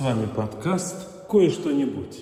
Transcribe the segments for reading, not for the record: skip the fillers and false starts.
вами подкаст «Кое-что-нибудь».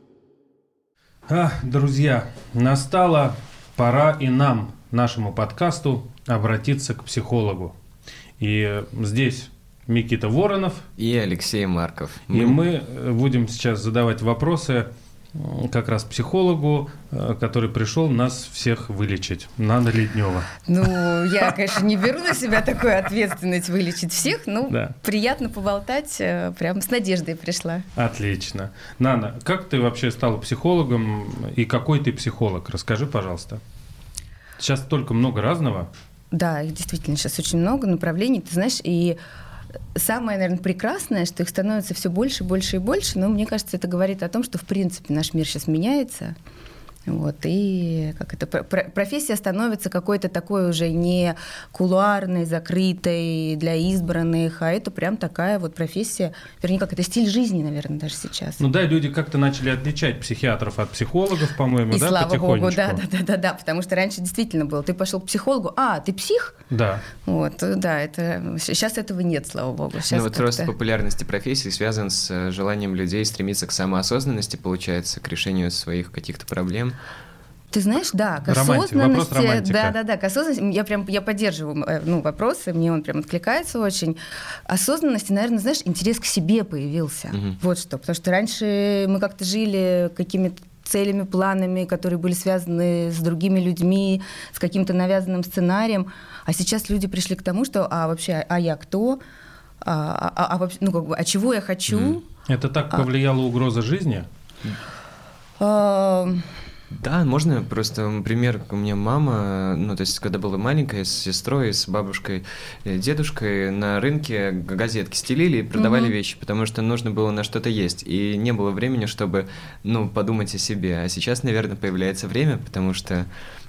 Друзья, настала пора и нам, нашему подкасту, обратиться к психологу. И здесь Микита Воронов и Алексей Марков. И мы будем сейчас задавать вопросы как раз психологу, который пришел нас всех вылечить. Нана Леднева. Ну, я, конечно, не беру на себя такую ответственность вылечить всех, но приятно поболтать, прям с надеждой пришла. Отлично. Нана, как ты вообще стала психологом и какой ты психолог? Расскажи, пожалуйста. Сейчас столько много разного. Да, их действительно сейчас очень много направлений, ты знаешь, и самое, наверное, прекрасное, что их становится все больше, больше и больше, но мне кажется, это говорит о том, что, в принципе, наш мир сейчас меняется. Вот, и профессия становится какой-то такой уже не кулуарной, закрытой для избранных, а это прям такая вот профессия, вернее, как это стиль жизни, наверное, даже сейчас. Ну да, люди как-то начали отличать психиатров от психологов, по-моему, и да, слава потихонечку. Богу, да, потому что раньше действительно было, ты пошел к психологу, ты псих? Да. Вот, да, это сейчас этого нет, слава богу. Ну вот рост популярности профессии связан с желанием людей стремиться к самоосознанности, получается, к решению своих каких-то проблем. Ты знаешь, да, к осознанности, к осознанности, я поддерживаю вопросы, мне он прям откликается очень. Осознанности, наверное, знаешь, интерес к себе появился. Вот что, потому что раньше мы как-то жили какими-то целями, планами, которые были связаны с другими людьми, с каким-то навязанным сценарием, а сейчас люди пришли к тому, что, вообще, я кто? А чего я хочу? Это так повлияла угроза жизни? Да, можно просто пример. У меня мама, то есть, когда была маленькая, с сестрой, с бабушкой, дедушкой на рынке газетки стелили и продавали вещи, потому что нужно было на что-то есть, и не было времени, чтобы, подумать о себе. А сейчас, наверное, появляется время, потому что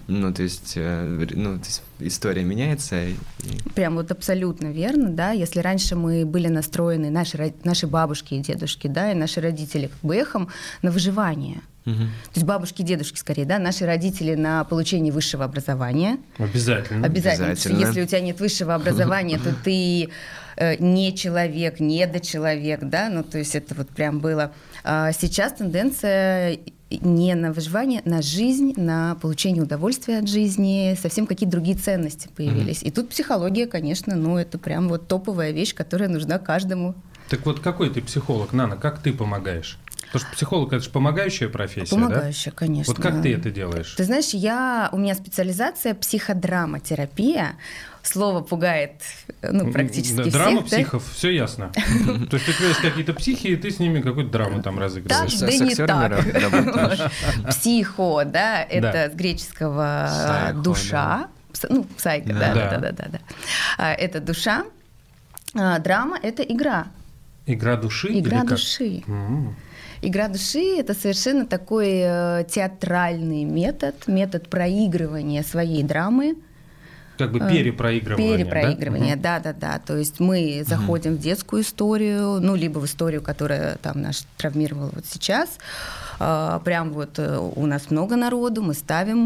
история меняется. Прям вот абсолютно верно, да. Если раньше мы были настроены, наши бабушки и дедушки, да, и наши родители как бы эхом на выживание. То есть бабушки и дедушки, скорее, да, наши родители на получение высшего образования. Обязательно. Если у тебя нет высшего образования, то ты не человек, недочеловек, да, то есть это вот прям было. Сейчас тенденция не на выживание, на жизнь, на получение удовольствия от жизни, совсем какие-то другие ценности появились. И тут психология, конечно, это прям вот топовая вещь, которая нужна каждому. Так вот, какой ты психолог, Нана, как ты помогаешь? Потому что психолог – это же помогающая профессия, помогающая, да? Конечно. Вот как ты это делаешь? Ты знаешь, у меня специализация психодраматерапия. Слово пугает, практически всех. Драма психов, все ясно. То есть у тебя есть какие-то психи, и ты с ними какую-то драму там разыгрываешь. Так, да не так. Психо, да, это с греческого душа. Псайко, да. Это душа. Драма – это игра. Игра души? Игра души. Игра души – это совершенно такой театральный метод проигрывания своей драмы. Как бы перепроигрывание, да? Да. То есть мы заходим в детскую историю, либо в историю, которая там нас травмировала вот сейчас. Прям вот у нас много народу, мы ставим,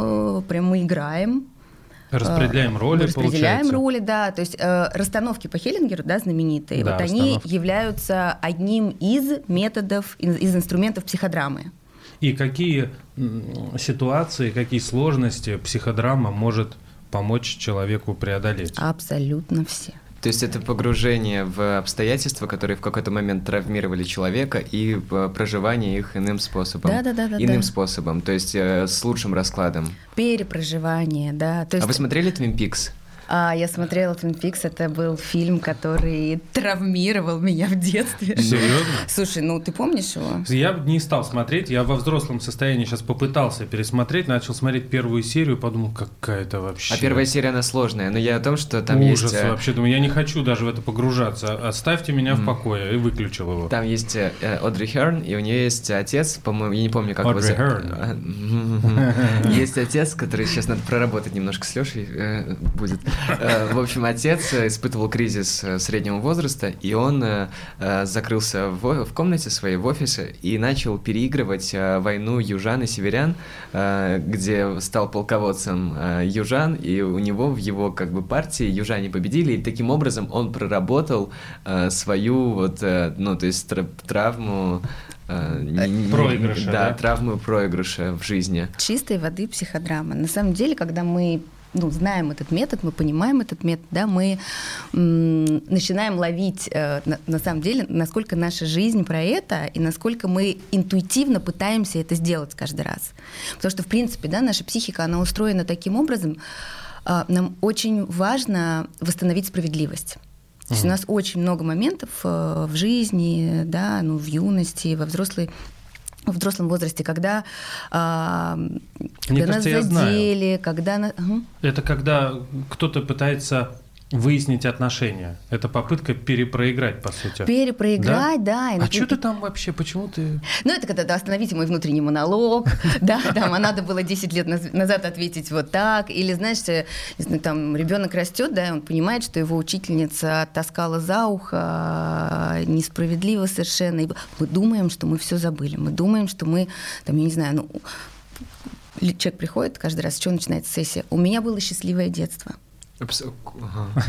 мы играем. Распределяем роли, Распределяем роли, да. То есть расстановки по Хеллингеру, да, знаменитые, да, они являются одним из методов, из инструментов психодрамы. И какие ситуации, какие сложности психодрама может помочь человеку преодолеть? Абсолютно все. То есть это погружение в обстоятельства, которые в какой-то момент травмировали человека, и проживание их иным способом. Да. Способом, то есть с лучшим раскладом. Перепроживание, да. То есть... А вы смотрели Twin Peaks? Я смотрела Twin Peaks, это был фильм, который травмировал меня в детстве. Серьезно? Слушай, ты помнишь его? Я не стал смотреть, я во взрослом состоянии сейчас попытался пересмотреть, начал смотреть первую серию, подумал, какая-то вообще... А первая серия, она сложная, но я о том, что там ужас есть... вообще, думаю, я не хочу даже в это погружаться, оставьте меня в покое, и выключил его. Там есть Одри Херн, и у нее есть отец, по-моему, я не помню, как его зовут. Одри Херн. Есть отец, который сейчас надо проработать немножко с Лешей будет. В общем, отец испытывал кризис среднего возраста, и он закрылся в комнате своей, в офисе, и начал переигрывать войну южан и северян, где стал полководцем южан, и у него в его как бы партии южане победили, и таким образом он проработал свою вот, ну, то есть травму... Проигрыша, да? Травму проигрыша в жизни. Чистой воды психодрама. На самом деле, когда мы знаем этот метод, мы понимаем этот метод, да, мы начинаем ловить, на самом деле, насколько наша жизнь про это, и насколько мы интуитивно пытаемся это сделать каждый раз. Потому что, в принципе, да, наша психика, она устроена таким образом, нам очень важно восстановить справедливость. То есть у нас очень много моментов в жизни, да, ну, в юности, во взрослом возрасте, когда нас задели, когда... Это когда кто-то пытается выяснить отношения. Это попытка перепроиграть, по сути. Перепроиграть, да. А что ты там вообще? Почему ты... Ну, это когда остановите мой внутренний монолог, да, там, а надо было 10 лет назад ответить вот так. Или, знаешь, там ребенок растет, да, и он понимает, что его учительница таскала за ухо несправедливо совершенно. И мы думаем, что мы все забыли. Мы думаем, что мы, там, я не знаю, ну, человек приходит каждый раз, с чего начинается сессия? У меня было счастливое детство. Так.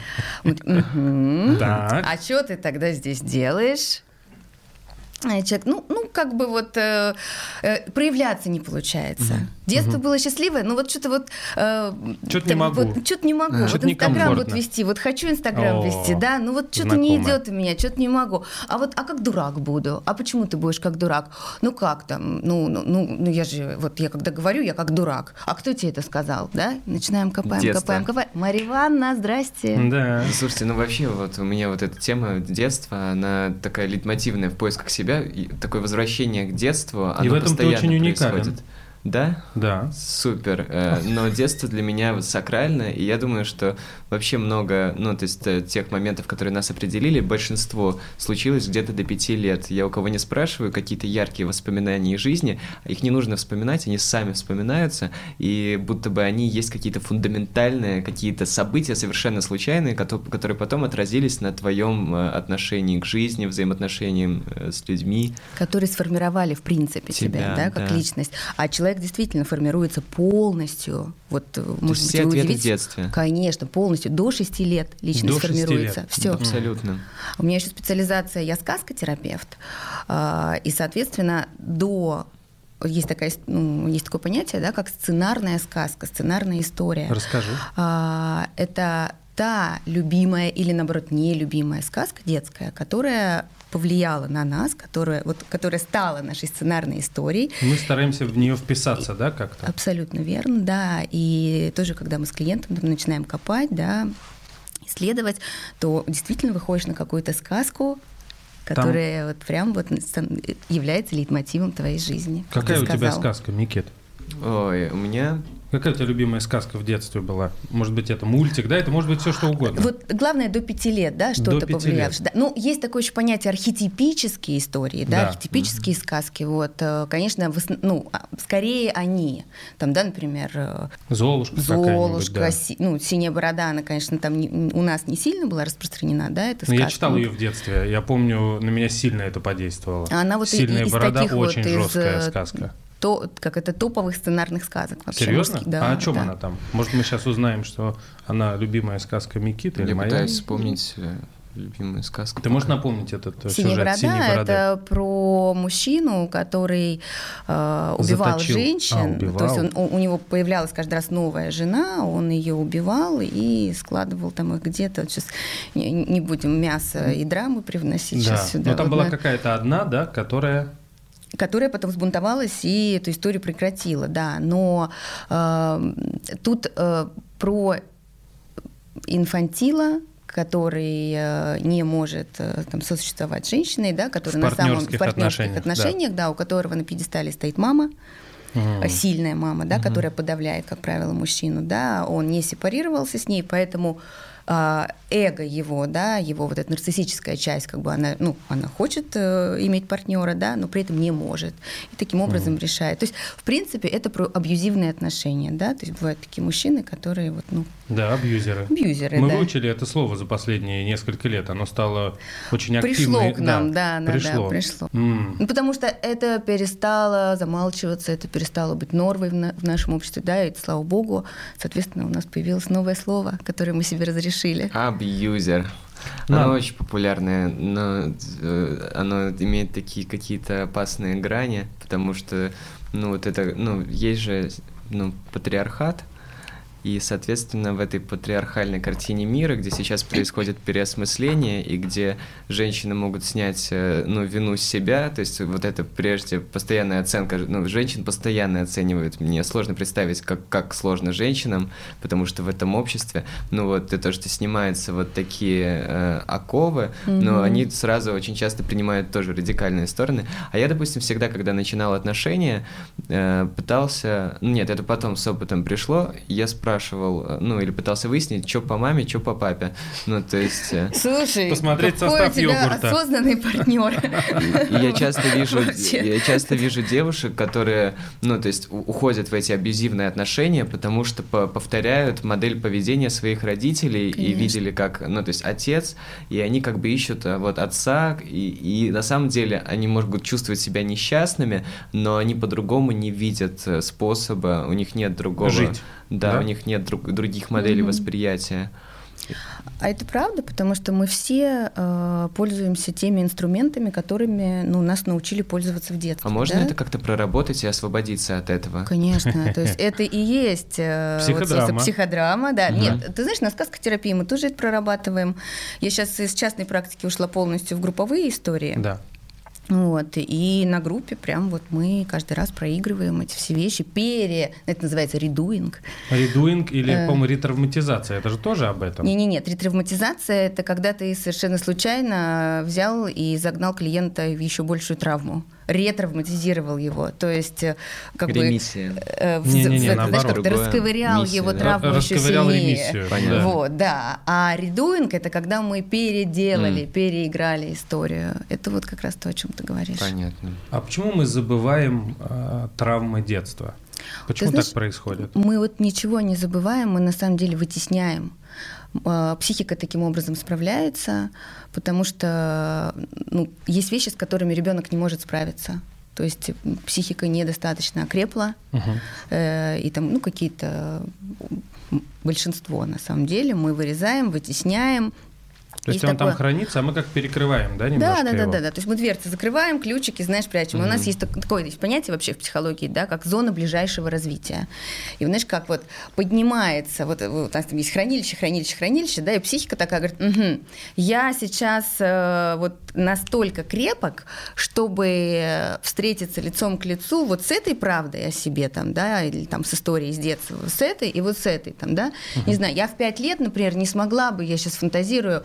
А что ты тогда здесь делаешь? Человек, ну, как бы вот проявляться не получается. Детство было счастливое, но вот что-то вот... Что-то не могу. Вот, что-то не могу. Вот Инстаграм вот вести, вот хочу Инстаграм вести, да, ну вот что-то не идет у меня, что-то не могу. А как дурак буду? А почему ты будешь как дурак? Ну как там? Ну я же, вот я когда говорю, я как дурак. А кто тебе это сказал, да? Начинаем копаем. Марья Ивановна, здрасте. Да. Слушайте, ну вообще вот у меня вот эта тема детства, она такая лейтмотивная в поисках себя, и такое возвращение к детству, оно и в этом постоянно ты очень уникален. происходит. Да? Да. Супер. Но детство для меня сакрально, и я думаю, что вообще много, ну, то есть тех моментов, которые нас определили, большинство случилось где-то до 5 лет. Я у кого не спрашиваю, какие-то яркие воспоминания из жизни, их не нужно вспоминать, они сами вспоминаются, и будто бы они есть какие-то фундаментальные, какие-то события совершенно случайные, которые потом отразились на твоем отношении к жизни, взаимоотношениям с людьми. Которые сформировали, в принципе, тебя, да, как личность. А человек действительно формируется полностью. Вот, может быть, все ответы в детстве. Конечно, полностью. До 6 лет личность формируется. Все. Абсолютно. У меня еще специализация, я сказкотерапевт. И, соответственно, есть такое понятие, да, как сценарная сказка, сценарная история. Расскажи. Это та любимая или, наоборот, нелюбимая сказка детская, которая повлияла на нас, которая стала нашей сценарной историей. Мы стараемся в нее вписаться, да, как-то? Абсолютно верно, да. И тоже, когда мы с клиентом начинаем копать, да, исследовать, то действительно выходишь на какую-то сказку, которая вот прям вот является лейтмотивом твоей жизни. Какая у тебя сказка, Микит? Ой, у меня... Какая у тебя любимая сказка в детстве была? Может быть, это мультик, да? Это может быть все что угодно. Вот главное до 5 лет, да, что-то повлиявшее. Да. Ну, есть такое еще понятие архетипические истории, да, архетипические сказки. Вот, конечно, скорее они. Там, да, например, Золушка, да. «Синяя борода», она, конечно, там у нас не сильно была распространена, да, эта сказка. Я читал ее в детстве. Я помню, на меня сильно это подействовало. Она вот «Сильная борода» очень жесткая сказка. Топовых сценарных сказок. Вообще. Серьезно? Да, о чем она там? Может, мы сейчас узнаем, что она любимая сказка Микиты или моя? Я пытаюсь вспомнить любимую сказку. Ты можешь напомнить этот сюжет «Синей бороды»? Это про мужчину, который убивал женщин. Убивал. То есть у него появлялась каждый раз новая жена, он ее убивал и складывал там их где-то. Вот сейчас не будем мясо и драмы привносить сейчас сюда. Но там была какая-то одна, да, которая потом взбунтовалась и эту историю прекратила, да. Но тут про инфантила, который не может там сосуществовать с женщиной, да, который в партнерских отношениях, да, у которого на пьедестале стоит мама, сильная мама, да, которая подавляет, как правило, мужчину, да, он не сепарировался с ней, поэтому эго его, да, его вот эта нарциссическая часть, как бы она хочет иметь партнера, да, но при этом не может. И таким образом решает. То есть, в принципе, это про абьюзивные отношения, да, то есть бывают такие мужчины, которые вот, Да, абьюзеры. Мы выучили это слово за последние несколько лет, оно стало очень активно. Пришло к нам, пришло. Потому что это перестало замалчиваться, это перестало быть нормой в нашем обществе, да, и слава богу, соответственно, у нас появилось новое слово, которое мы себе разрешили. Абьюзер. Оно очень популярное, но оно имеет такие какие-то опасные грани, потому что, есть же, патриархат, и, соответственно, в этой патриархальной картине мира, где сейчас происходит переосмысление, и где женщины могут снять, вину с себя, то есть вот это прежде постоянная оценка, женщин постоянно оценивают. Мне сложно представить, как сложно женщинам, потому что в этом обществе, то, что снимаются вот такие оковы, но они сразу очень часто принимают тоже радикальные стороны. А я, допустим, всегда, когда начинал отношения, пытался... Нет, это потом с опытом пришло, я спрашивал, или пытался выяснить, что по маме, что по папе. То есть... Слушай, посмотреть состав йогурта. Осознанный партнер. Я часто вижу девушек, которые, уходят в эти абьюзивные отношения, потому что повторяют модель поведения своих родителей. Конечно. И видели, как, отец, и они как бы ищут отца, и на самом деле они могут чувствовать себя несчастными, но они по-другому не видят способа, у них нет другого... Жить. Да, у них нет других моделей восприятия. А это правда, потому что мы все пользуемся теми инструментами, которыми нас научили пользоваться в детстве. А можно это как-то проработать и освободиться от этого? Конечно, то есть это и есть психодрама. Да. Нет, ты знаешь, на сказкотерапии мы тоже это прорабатываем. Я сейчас из частной практики ушла полностью в групповые истории. Да. И на группе прям мы каждый раз проигрываем эти все вещи, это называется редуинг. Редуинг или, по-моему, ретравматизация, это же тоже об этом? Нет, ретравматизация – это когда ты совершенно случайно взял и загнал клиента в еще большую травму. Ретравматизировал его, то есть как ремиссия. Наоборот. Ты расковырял его травму еще сильнее. Ремиссию. Да. А редуинг – это когда мы переделали, переиграли историю. Это как раз то, о чем ты говоришь. Понятно. А почему мы забываем травмы детства? Почему так происходит? Мы ничего не забываем, мы на самом деле вытесняем. Психика таким образом справляется, потому что есть вещи, с которыми ребенок не может справиться. То есть психика недостаточно окрепла, и там какие-то большинство на самом деле мы вырезаем, вытесняем. То есть он там хранится, а мы как перекрываем, да, немножко его? Да. То есть мы дверцы закрываем, ключики, прячем. У нас есть такое понятие вообще в психологии, да, как зона ближайшего развития. И знаешь, как поднимается, у нас там есть хранилище, да, и психика такая говорит, я сейчас настолько крепок, чтобы встретиться лицом к лицу с этой правдой о себе, там, да, или там с историей из детства, с этой и с этой, там, да. Не знаю, я в 5 лет, например, не смогла бы, я сейчас фантазирую,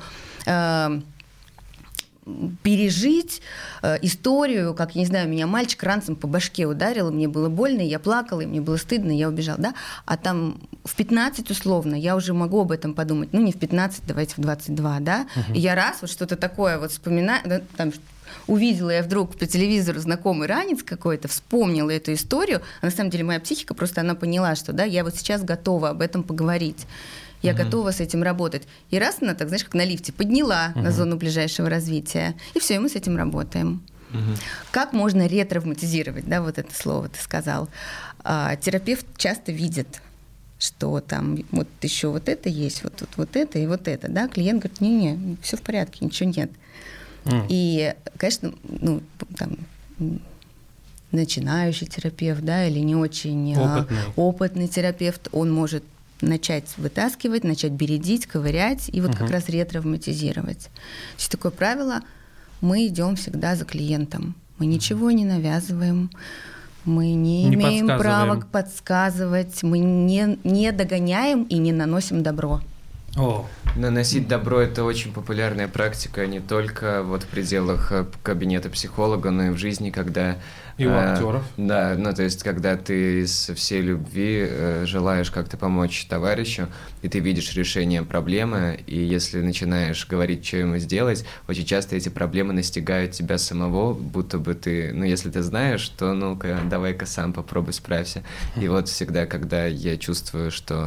пережить историю, как, не знаю, меня мальчик ранцем по башке ударил, и мне было больно, и я плакала, и мне было стыдно, и я убежала, да? А там в 15 условно я уже могу об этом подумать, не в 15, давайте в 22, да? И я раз что-то такое вспоминаю, да, там, увидела я вдруг по телевизору знакомый ранец какой-то, вспомнила эту историю, а на самом деле моя психика просто она поняла, что да, я сейчас готова об этом поговорить. Я готова с этим работать. И раз она так, знаешь, как на лифте, подняла на зону ближайшего развития. И все, и мы с этим работаем. Как можно ретравматизировать, да, это слово ты сказал. Терапевт часто видит, что там еще это есть, это и это, да. Клиент говорит, не, все в порядке, ничего нет. И, конечно, там начинающий терапевт, да, или не очень опытный терапевт, он может начать вытаскивать, начать бередить, ковырять и как раз ретравматизировать. Есть такое правило, мы идем всегда за клиентом. Мы ничего не навязываем, мы не имеем права подсказывать, мы не догоняем и не наносим добро. О, Наносить добро – это очень популярная практика не только вот в пределах кабинета психолога, но и в жизни, когда… и у актеров. Да, ну то есть, когда ты из всей любви желаешь как-то помочь товарищу, и ты видишь решение проблемы, и если начинаешь говорить, что ему сделать, очень часто эти проблемы настигают тебя самого, будто бы ты, ну если ты знаешь, то ну-ка, давай-ка сам попробуй справься. И вот всегда, когда я чувствую, что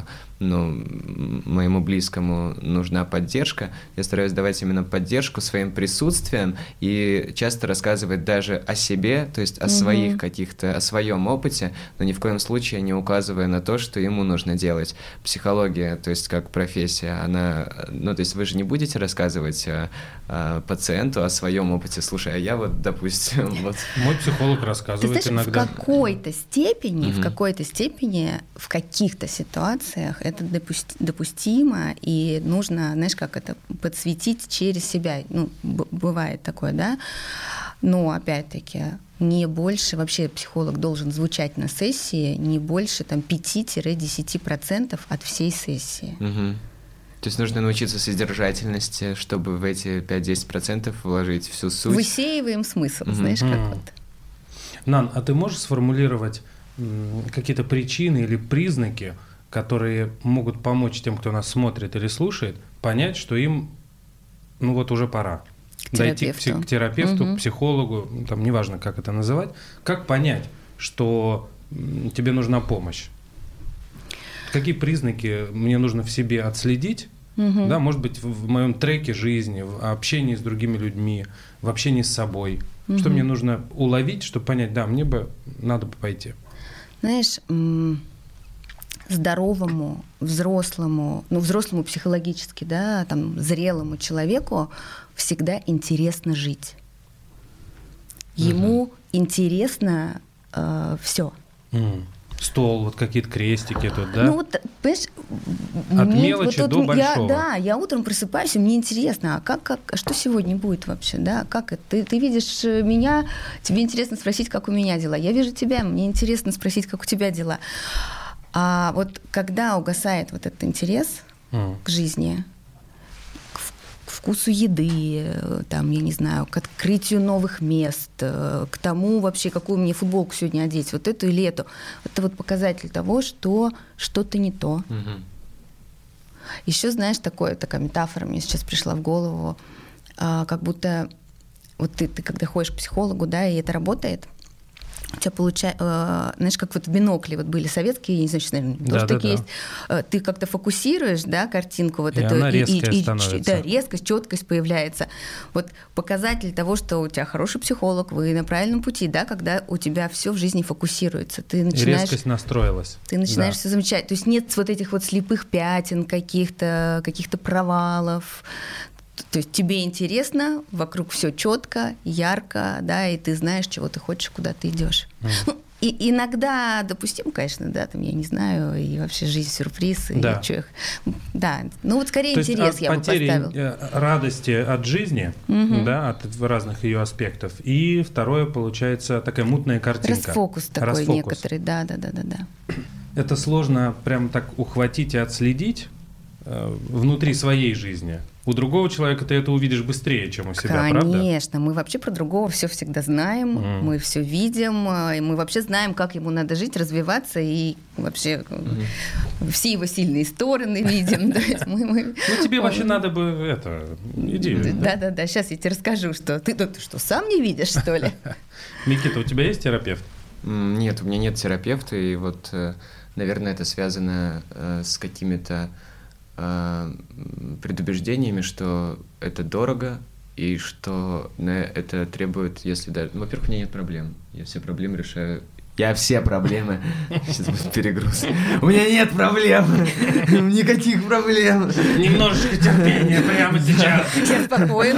моему близкому нужна поддержка, я стараюсь давать именно поддержку своим присутствием и часто рассказывать даже о себе, то есть о своих каких-то, о своем опыте, но ни в коем случае не указывая на то, что ему нужно делать. Психология, то есть как профессия, она, ну то есть вы же не будете рассказывать пациенту о своем опыте, слушай, а я вот, допустим, вот… Мой психолог рассказывает Ты знаешь, иногда. в какой-то степени, в каких-то ситуациях это допустимо, и нужно, знаешь, как это, подсветить через себя. Ну, бывает такое, да? Но, опять-таки, не больше, вообще психолог должен звучать на сессии не больше там 5-10% от всей сессии. То есть нужно научиться содержательности, чтобы в эти 5-10% вложить всю суть. Высеиваем смысл, знаешь, как вот. Нан, а ты можешь сформулировать какие-то причины или признаки, которые могут помочь тем, кто нас смотрит или слушает, понять, что им, ну вот уже пора дойти к терапевту, к психологу, там неважно, как это называть. Как понять, что тебе нужна помощь? Какие признаки мне нужно в себе отследить? Да, может быть, в моем треке жизни, в общении с другими людьми, в общении с собой. Что мне нужно уловить, чтобы понять, да, мне бы надо бы пойти. Знаешь, здоровому, взрослому психологически, да, там, зрелому человеку всегда интересно жить. Ему интересно все. Стол, вот какие-то крестики тут, да? Ну вот, понимаешь, от мелочи вот до большого. Я утром просыпаюсь, и мне интересно, а что сегодня будет вообще, да? Как это? Ты видишь меня, тебе интересно спросить, как у меня дела. Я вижу тебя, мне интересно спросить, как у тебя дела. А вот когда угасает вот этот интерес к жизни, к вкусу еды, там, я не знаю, к открытию новых мест, к тому вообще, какую мне футболку сегодня одеть, вот эту или эту, это вот показатель того, что что-то не то. Еще, знаешь, такая метафора мне сейчас пришла в голову, как будто вот ты когда ходишь к психологу, да, и это работает, у тебя получается, знаешь, как вот бинокли вот были советские, я не знаю, сейчас, наверное, тоже такие есть. Ты как-то фокусируешь, да, картинку вот эту, она резкая становится. Да, резкость, четкость появляется. Вот показатель того, что у тебя хороший психолог, вы на правильном пути, да, когда у тебя все в жизни фокусируется. Ты начинаешь, резкость настроилась. Ты начинаешь все замечать. То есть нет вот этих вот слепых пятен, каких-то провалов. То есть тебе интересно, вокруг все четко, ярко, да, и ты знаешь, чего ты хочешь, куда ты идешь. Ну, и иногда допустим, конечно, да, там, я не знаю, и вообще жизнь сюрприз, и да. Да, ну вот скорее то интерес я бы поставила. Радости от жизни, да, от разных ее аспектов. И второе, получается, такая мутная картинка. Расфокус такой некоторый, да. Это сложно прям так ухватить и отследить внутри своей жизни. У другого человека ты это увидишь быстрее, чем у себя, правда? Конечно, мы вообще про другого все всегда знаем, мы все видим, и мы вообще знаем, как ему надо жить, развиваться, и вообще все его сильные стороны видим. Ну, тебе вообще надо бы иди. Да, сейчас я тебе расскажу, что ты что, сам не видишь, что ли? Микита, у тебя есть терапевт? Нет, у меня нет терапевта, и вот, наверное, это связано с какими-то предубеждениями, что это дорого и что это требует, если даже… Ну, во-первых, у меня нет проблем. Я все проблемы решаю. Сейчас будет перегруз. У меня нет проблем. Никаких проблем. Немножечко терпения прямо сейчас. Я спокоен.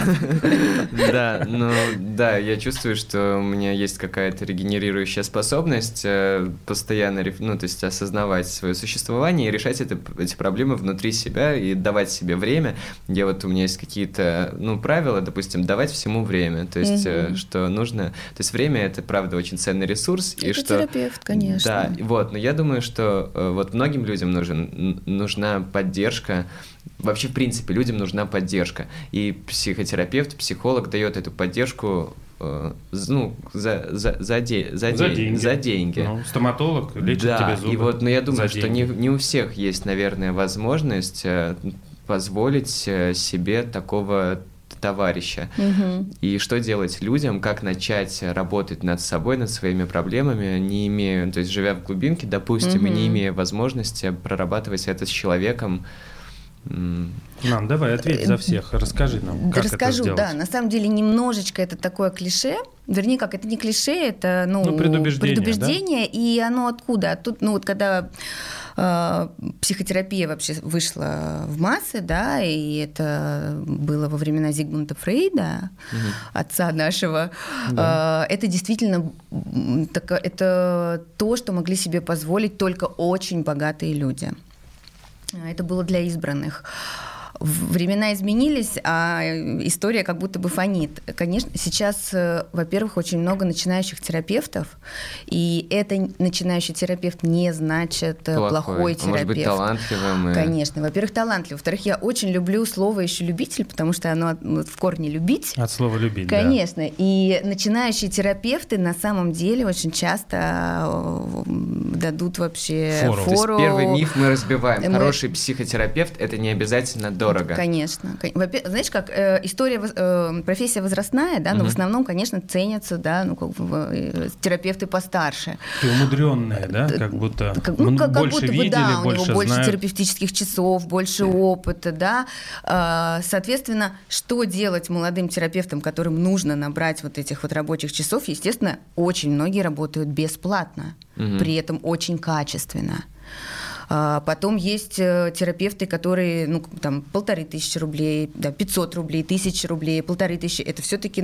Да, я чувствую, что у меня есть какая-то регенерирующая способность постоянно, ну, то есть осознавать свое существование и решать эти проблемы внутри себя и давать себе время. У меня есть какие-то, правила, допустим, давать всему время. То есть, что нужно… То есть, время — это, правда, очень ценный ресурс, ресурс. Это и что... терапевт, конечно. Да, вот, но я думаю, что вот многим людям нужна поддержка. Вообще, в принципе, людям нужна поддержка. И психотерапевт, психолог дает эту поддержку за деньги. Ну, стоматолог лечит тебе зубы. И вот, но я думаю, что не у всех есть, наверное, возможность позволить себе такого товарища. И что делать людям, как начать работать над собой, над своими проблемами, не имея, то есть живя в глубинке, допустим, и не имея возможности прорабатывать это с человеком. Нам, давай, ответь за всех, расскажи нам, как это сделать. Да, на самом деле немножечко это такое клише, вернее, как это не клише, это предубеждение, да? И оно откуда? Тут, вот когда психотерапия вообще вышла в массы, да, и это было во времена Зигмунда Фрейда, отца нашего, это действительно это то, что могли себе позволить только очень богатые люди. Это было для избранных. Времена изменились, а история как будто бы фонит. Конечно, сейчас, во-первых, очень много начинающих терапевтов, и это начинающий терапевт не значит плохой терапевт. Может быть, талантливым. Конечно. Во-первых, талантливый. Во-вторых, я очень люблю слово еще «любитель», потому что оно в корне «любить». От слова «любить», конечно. Да. И начинающие терапевты на самом деле очень часто дадут вообще фору. То есть первый миф мы разбиваем. Хороший психотерапевт – это не обязательно дорого. Конечно. Знаешь, как профессия возрастная, да, но в основном, конечно, ценятся, да, терапевты постарше. И умудренные, да, как будто больше видели, да, больше у него больше знают. Терапевтических часов, больше опыта, да. Соответственно, что делать молодым терапевтам, которым нужно набрать вот этих вот рабочих часов? Естественно, очень многие работают бесплатно, при этом очень качественно. Потом есть терапевты, которые, 1500 рублей, 500 рублей, 1000 рублей, 1500. Это все-таки,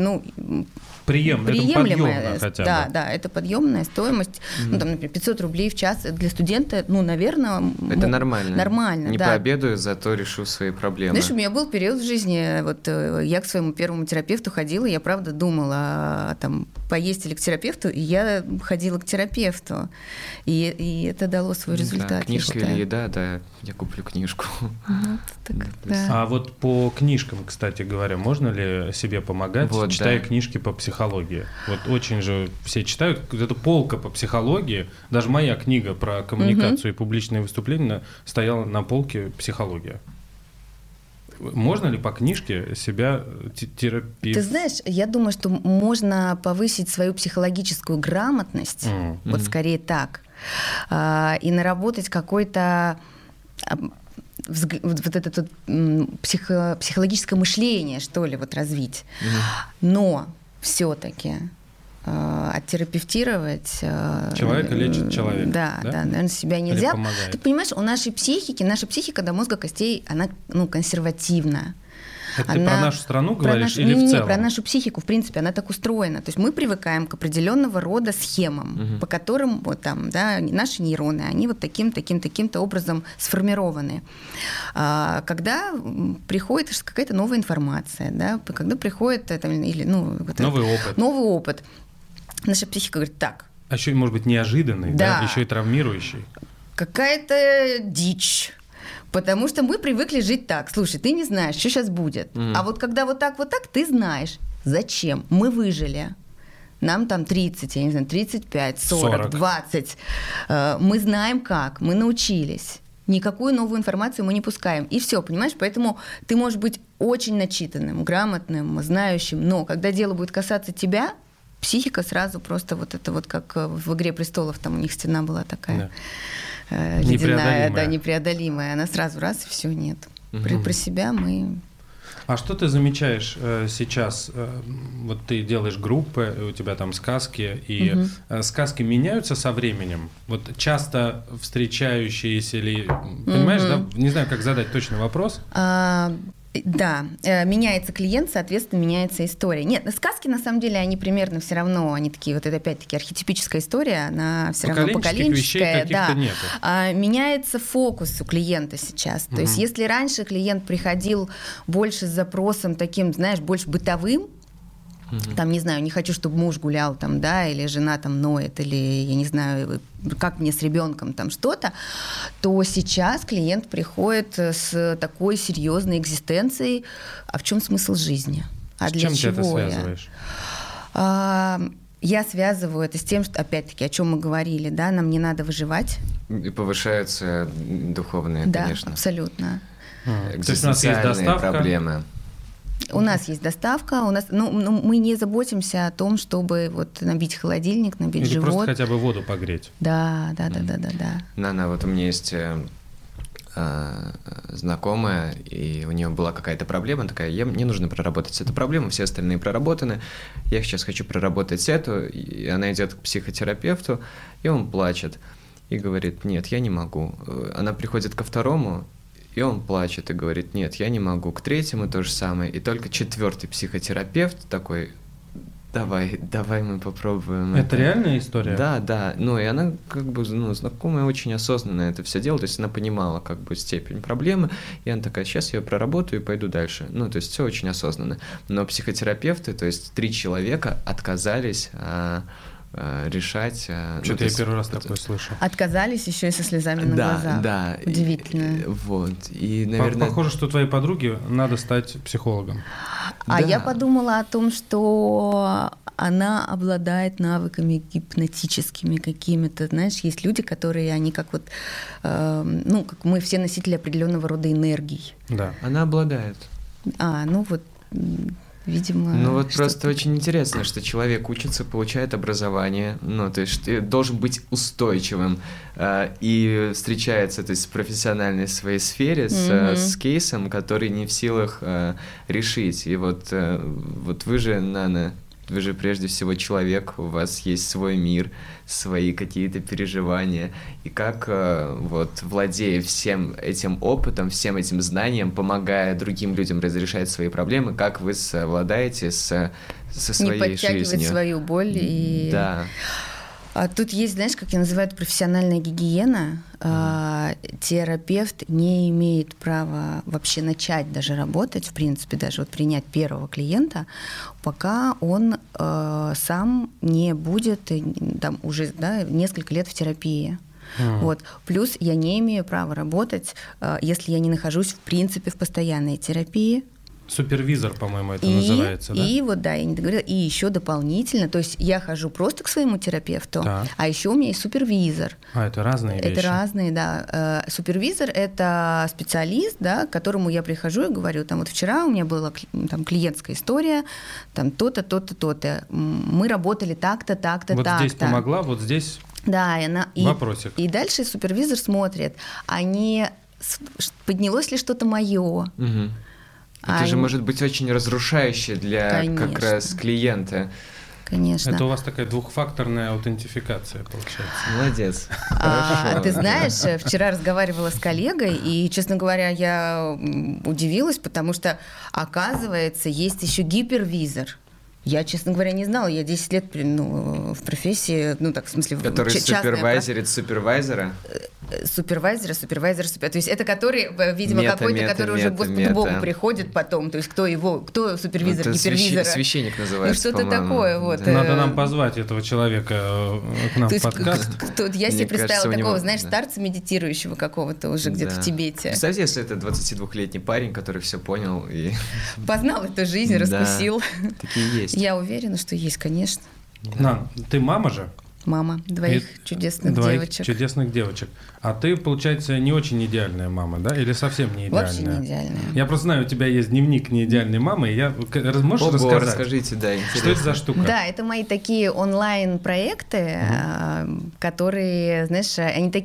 приемлемая хотя бы. Да, это подъемная стоимость. Например, 500 рублей в час для студента, наверное... Это нормально. Нормально, не пообедаю, зато решу свои проблемы. Знаешь, у меня был период в жизни, вот я к своему первому терапевту ходила, и я правда думала, поесть или к терапевту, и я ходила к терапевту. И это дало свой результат. Книжка или еда, да, я куплю книжку. А вот по книжкам, кстати говоря, можно ли себе помогать, читая книжки по психологии? Вот очень же все читают эту полка по психологии. Даже моя книга про коммуникацию и публичные выступления стояла на полке «Психология». Можно ли по книжке себя терапевтировать? Ты знаешь, я думаю, что можно повысить свою психологическую грамотность, вот скорее так, и наработать какой-то вот это психологическое мышление, что ли, вот развить. Но все-таки оттерапевтировать... Человека лечит человек. Да, наверное, себя нельзя. Ты понимаешь, у нашей психики, наша психика до мозга костей, она консервативна. Это ты про нашу страну говоришь или в целом? Про нашу психику, в принципе, она так устроена. То есть мы привыкаем к определенного рода схемам, по которым наши нейроны, они вот таким-то образом сформированы. Когда приходит какая-то новая информация, да, когда приходит новый опыт, наша психика говорит: так. А еще, может быть, неожиданный, да, еще и травмирующий. Какая-то дичь. Потому что мы привыкли жить так. Слушай, ты не знаешь, что сейчас будет. А вот когда вот так, ты знаешь. Зачем? Мы выжили. Нам там 30, я не знаю, 35, 40, 20. Мы знаем как, мы научились. Никакую новую информацию мы не пускаем. И все, понимаешь? Поэтому ты можешь быть очень начитанным, грамотным, знающим, но когда дело будет касаться тебя, психика сразу просто вот это вот как в «Игре престолов», там у них стена была такая ледяная, непреодолимая. Она сразу раз, и все, нет. Про себя мы... А что ты замечаешь сейчас? Вот ты делаешь группы, у тебя там сказки, и сказки меняются со временем? Вот часто встречающиеся или... Понимаешь, да? Не знаю, как задать точный вопрос. Да, меняется клиент, соответственно, меняется история. Нет, сказки, на самом деле, они примерно все равно, они такие, вот это опять-таки архетипическая история, она все равно поколенческая. Да. Меняется фокус у клиента сейчас. То есть если раньше клиент приходил больше с запросом таким, знаешь, больше бытовым, там, не знаю, не хочу, чтобы муж гулял там, да, или жена там ноет, или, я не знаю, как мне с ребенком там что-то, то сейчас клиент приходит с такой серьезной экзистенцией. А в чем смысл жизни? А с для чем чего ты это связываешь? Я связываю это с тем, что, опять-таки, о чем мы говорили, да, нам не надо выживать. И повышаются духовные, да, конечно. Абсолютно. То есть у нас есть доставка. Проблемы. У нас есть доставка, мы не заботимся о том, чтобы вот набить холодильник, набить Или живот. просто хотя бы воду погреть. Да. Нана, вот у меня есть знакомая, и у нее была какая-то проблема такая, мне нужно проработать эту проблему, все остальные проработаны, я сейчас хочу проработать эту, и она идет к психотерапевту, и он плачет, и говорит, нет, я не могу. Она приходит ко второму, и он плачет и говорит, нет, я не могу. К третьему то же самое. И только четвертый психотерапевт такой, давай мы попробуем. Это реальная история? Да. Ну, и она как бы, знакомая очень осознанно это все делала. То есть она понимала как бы степень проблемы. И она такая, сейчас я ее проработаю и пойду дальше. Ну, то есть все очень осознанно. Но психотерапевты, то есть 3 человека отказались решать. Что-то я первый раз такое слышу. Отказались еще и со слезами на глазах. Да. Удивительно. Вот. И, наверное... Похоже, что твоей подруге надо стать психологом. А я подумала о том, что она обладает навыками гипнотическими какими-то. Знаешь, есть люди, которые, они как вот, как мы все носители определенного рода энергий. Да. Она обладает. Видимо... Ну вот просто очень интересно, что человек учится, получает образование, то есть ты должен быть устойчивым и встречается, то есть в профессиональной своей сфере с кейсом, который не в силах решить. И вот вы же, Нана, вы же прежде всего человек, у вас есть свой мир, свои какие-то переживания. И как, владея всем этим опытом, всем этим знанием, помогая другим людям разрешать свои проблемы, как вы совладаете со своей жизнью? Не подтягивать свою боль. Да. А тут есть, знаешь, как ее называют, профессиональная гигиена. Терапевт не имеет права вообще начать даже работать, в принципе, даже вот принять первого клиента, пока он сам не будет там уже несколько лет в терапии. Вот. Плюс я не имею права работать, если я не нахожусь в принципе в постоянной терапии. Супервизор, по-моему, это называется, да? И я не договорила, и еще дополнительно, то есть я хожу просто к своему терапевту, а еще у меня есть супервизор. Это разные вещи? Это разные, да. Супервизор – это специалист, да, к которому я прихожу и говорю, там вот вчера у меня была там клиентская история, там то-то, то-то, то-то. Мы работали так-то, так-то, вот так-то. Вот здесь помогла, вот здесь да, вопросик. И дальше супервизор смотрит, поднялось ли что-то мое. Это же может быть очень разрушающе для как раз клиента. Конечно. Это у вас такая двухфакторная аутентификация получается. Молодец. Ты знаешь, вчера разговаривала с коллегой, и, честно говоря, я удивилась, потому что, оказывается, есть еще гипервизор. Я, честно говоря, не знала. Я 10 лет в профессии, в смысле... Который супервайзерит супервайзера? Супервайзера. То есть это который, видимо, который уже к Господу Богу приходит потом. То есть кто супервизор, гипервизор. Священник называется, что-то такое. Вот. Надо нам позвать этого человека к нам в подкаст. Я себе представила такого, знаешь, старца медитирующего какого-то уже где-то в Тибете. Представьте, если это 22-летний парень, который все понял и... Познал эту жизнь, раскусил. Такие есть. Я уверена, что есть, конечно. Нан, ты мама же? Мама двоих чудесных девочек. А ты, получается, не очень идеальная мама, да? Или совсем не идеальная? Вообще не идеальная. Я просто знаю, у тебя есть дневник неидеальной мамы. Можешь рассказать? Расскажите, да, интересно. Что это за штука? Да, это мои такие онлайн-проекты, которые, знаешь,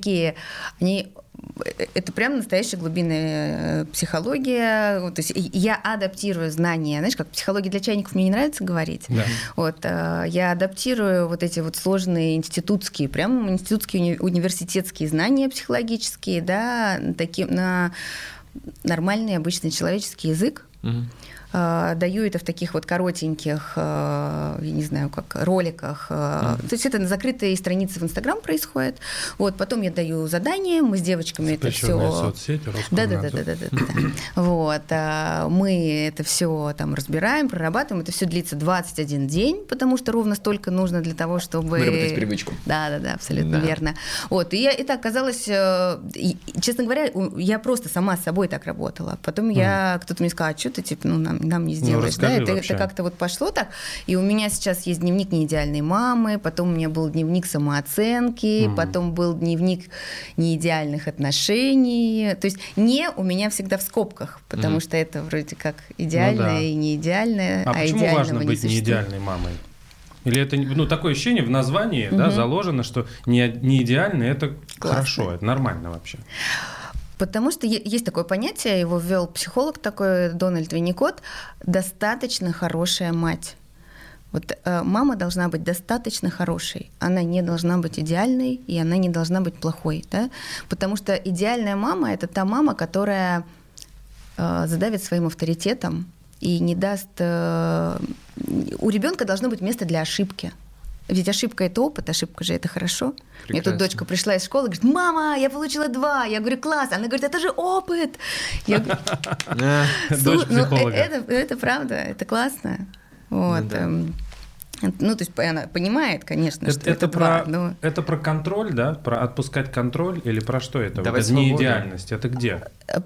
это прям настоящая глубинная психология. То есть я адаптирую знания. Знаешь, как психология для чайников мне не нравится говорить. Да. Вот, я адаптирую вот эти вот сложные институтские университетские знания психологические, да, на нормальный обычный человеческий язык. даю это в таких вот коротеньких, я не знаю, как роликах. То есть это на закрытой странице в Инстаграм происходит. Вот, потом я даю задание, мы с девочками это все... соцсети, Да. Вот, мы это все там разбираем, прорабатываем. Это все длится 21 день, потому что ровно столько нужно для того, чтобы... Выработать привычку. Да, абсолютно верно. Вот, и это оказалось, честно говоря, я просто сама с собой так работала. Потом кто-то мне сказал, а что ты, типа, нам не сделаешь, да? Это как-то вот пошло так. И у меня сейчас есть дневник неидеальной мамы, потом у меня был дневник самооценки, потом был дневник неидеальных отношений. То есть у меня всегда в скобках, потому что это вроде как идеальное и не идеальное, а почему важно быть не идеальной мамой? Или это, такое ощущение в названии, да, заложено, что не идеально, это хорошо, это нормально вообще? Потому что есть такое понятие, его ввел психолог такой, Дональд Винникот, достаточно хорошая мать. Вот мама должна быть достаточно хорошей, она не должна быть идеальной, и она не должна быть плохой, да? Потому что идеальная мама – это та мама, которая задавит своим авторитетом и не даст... У ребенка должно быть место для ошибки. Ведь ошибка – это опыт, ошибка же – это хорошо. Прекрасно. Мне тут дочка пришла из школы и говорит, мама, я получила 2. Я говорю, класс. Она говорит, это же опыт. Я говорю, это правда, это классно. Вот. То есть она понимает, конечно, что это 2. Это про контроль, да? Про отпускать контроль или про что это? Давать это не идеальность, это где?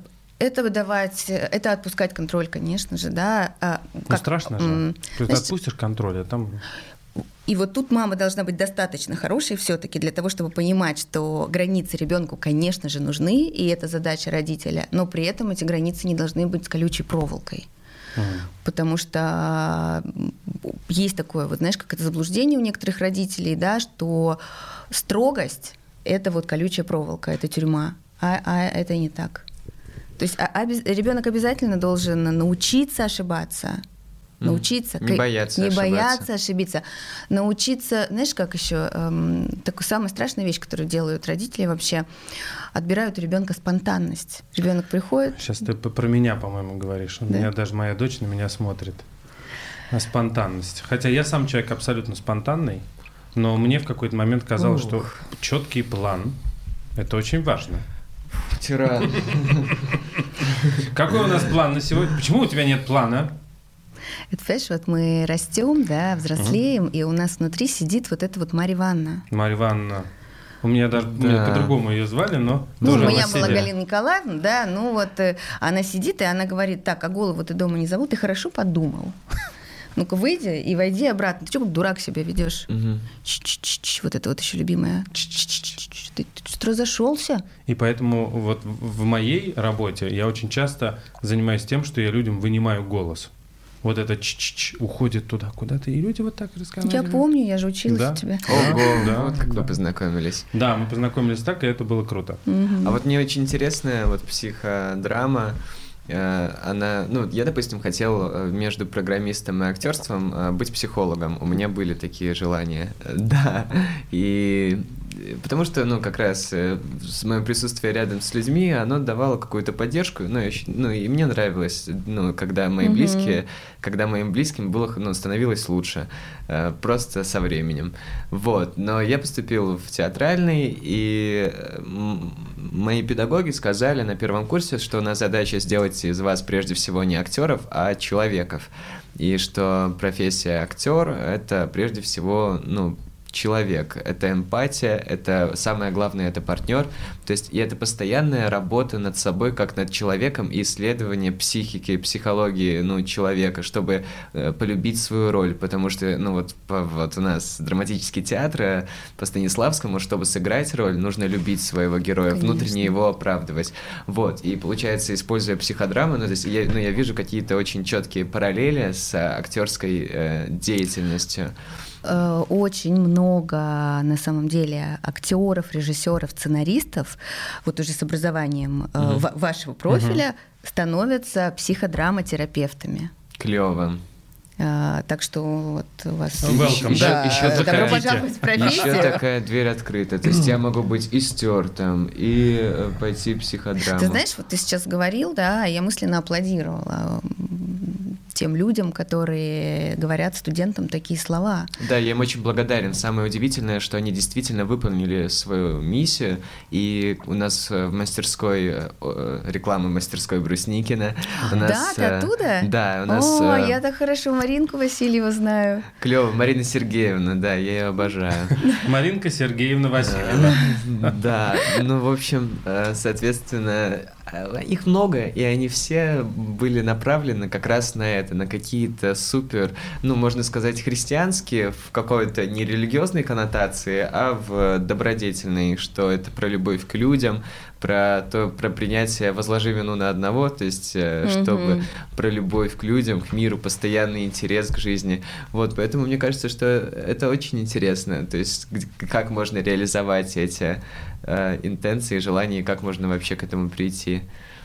Это отпускать контроль, конечно же, да. Страшно же. Ты отпустишь контроль, а там... И вот тут мама должна быть достаточно хорошей все-таки для того, чтобы понимать, что границы ребенку, конечно же, нужны, и это задача родителя, но при этом эти границы не должны быть с колючей проволокой. Потому что есть такое, вот знаешь, как это заблуждение у некоторых родителей, да, что строгость – это вот колючая проволока, это тюрьма, а это не так. То есть ребенок обязательно должен научиться ошибаться, научиться не бояться ошибиться, научиться, знаешь, как еще такая самая страшная вещь, которую делают родители вообще, отбирают у ребенка спонтанность. Ребенок приходит. Сейчас ты про меня, по-моему, говоришь. У меня даже моя дочь на меня смотрит. На спонтанность. Хотя я сам человек абсолютно спонтанный, но мне в какой-то момент казалось, что четкий план – это очень важно. Тиран. Какой у нас план на сегодня? Почему у тебя нет плана? Это, понимаешь, вот мы растем, да, взрослеем, и у нас внутри сидит вот эта вот Марья Ивановна. Марья Ивановна. У меня даже по-другому ее звали, но тоже у меня была Галина Николаевна, да, она сидит, и она говорит, так, а голову ты дома не зовут, ты хорошо подумал. Ну-ка, выйди и войди обратно. Ты что, как дурак себя ведешь? Вот это вот еще любимое. Ты что, разошелся? И поэтому вот в моей работе я очень часто занимаюсь тем, что я людям вынимаю голос. Вот это уходит туда куда-то, и люди вот так разговаривают. Я помню, я же училась у тебя. Ого, вот как вы познакомились. Да, мы познакомились так, и это было круто. А вот мне очень интересная вот психодрама. Она, я, допустим, хотел между программистом и актерством быть психологом. У меня были такие желания. Да. И потому что, как раз мое присутствие рядом с людьми, оно давало какую-то поддержку. И мне нравилось, когда моим близким было, становилось лучше. Просто со временем. Вот. Но я поступил в театральный, и мои педагоги сказали на первом курсе, что у нас задача сделать из вас прежде всего не актеров, а человеков. И что профессия актер — это прежде всего, человек, это эмпатия, это самое главное, это партнер. То есть, и это постоянная работа над собой, как над человеком, и исследование психики, психологии, человека, чтобы полюбить свою роль. Потому что, вот у нас драматический театр, по Станиславскому, чтобы сыграть роль, нужно любить своего героя, конечно, внутренне его оправдывать. Вот, и получается, используя психодраму, я вижу какие-то очень четкие параллели с актерской деятельностью. Очень много, на самом деле, актеров, режиссеров, сценаристов, вот уже с образованием вашего профиля, становятся психодраматерапевтами. Клево. Так что вот у вас... Welcome. Добро пожаловать в профессию. Еще такая дверь открыта. То есть я могу быть и стюартом, и пойти психодраму. Ты знаешь, вот ты сейчас говорил, да, я мысленно аплодировала тем людям, которые говорят студентам такие слова. Да, я им очень благодарен. Самое удивительное, что они действительно выполнили свою миссию, и у нас в мастерской, реклама мастерской Брусникина. У нас, ты оттуда? Да, у нас... О, я так хорошо Маринку Васильеву знаю. Клево, Марина Сергеевна, да, я ее обожаю. Маринка Сергеевна Васильева. Да, ну, в общем, соответственно, их много, и они все были направлены как раз на это, на какие-то супер, ну, можно сказать, христианские, в какой-то не религиозной коннотации, а в добродетельной, что это про любовь к людям, про принятие «возложи вину на одного», то есть чтобы про любовь к людям, к миру, постоянный интерес к жизни. Вот, поэтому мне кажется, что это очень интересно, то есть как можно реализовать эти интенции, желания, и как можно вообще к этому прийти.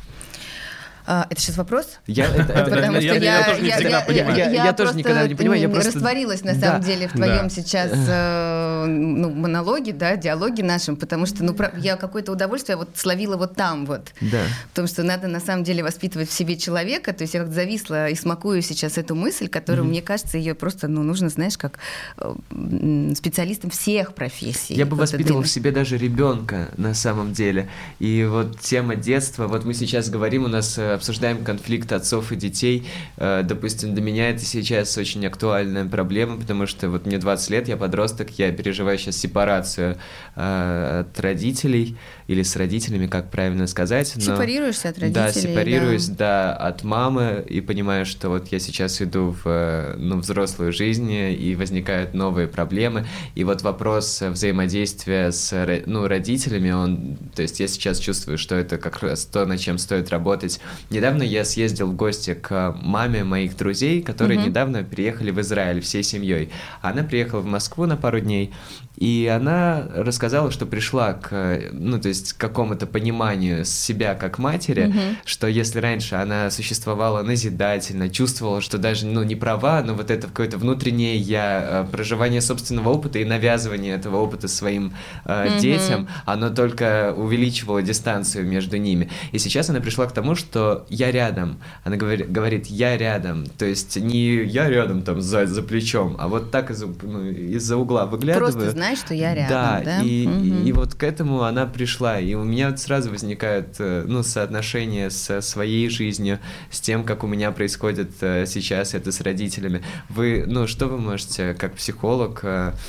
Это сейчас вопрос? Я тоже не всегда понимаю. Я тоже никогда не понимаю. Я просто растворилась, на самом деле, в твоем сейчас монологе, да, диалоге нашем, потому что я какое-то удовольствие вот словила вот там вот. Да. Потому что надо, на самом деле, воспитывать в себе человека. То есть я как зависла и смакую сейчас эту мысль, которую, мне кажется, ее просто нужно, знаешь, как специалистам всех профессий. Я бы воспитывал в себе даже ребенка, на самом деле. И вот тема детства, вот мы сейчас говорим, у нас обсуждаем конфликт отцов и детей. Допустим, для меня это сейчас очень актуальная проблема, потому что вот мне 20 лет, я подросток, я переживаю сейчас сепарацию от родителей, или с родителями, как правильно сказать. Сепарируешься от родителей? Да, сепарируюсь, да, от мамы, и понимаю, что вот я сейчас иду в взрослую жизнь, и возникают новые проблемы. И вот вопрос взаимодействия с родителями, то есть я сейчас чувствую, что это как раз то, над чем стоит работать. Недавно я съездил в гости к маме моих друзей, которые недавно переехали в Израиль всей семьей. Она приехала в Москву на пару дней, и она рассказала, что пришла к какому-то пониманию себя как матери, что если раньше она существовала назидательно, чувствовала, что даже не права, но вот это какое-то внутреннее я, проживание собственного опыта и навязывание этого опыта своим детям, оно только увеличивало дистанцию между ними. И сейчас она пришла к тому, что я рядом. Она говорит, я рядом. То есть не я рядом там за плечом, а вот так из-за угла выглядываю. Просто знаешь, что я рядом, да? И вот к этому она пришла. И у меня вот сразу возникают соотношения со своей жизнью, с тем, как у меня происходит сейчас это с родителями. Что вы можете, как психолог,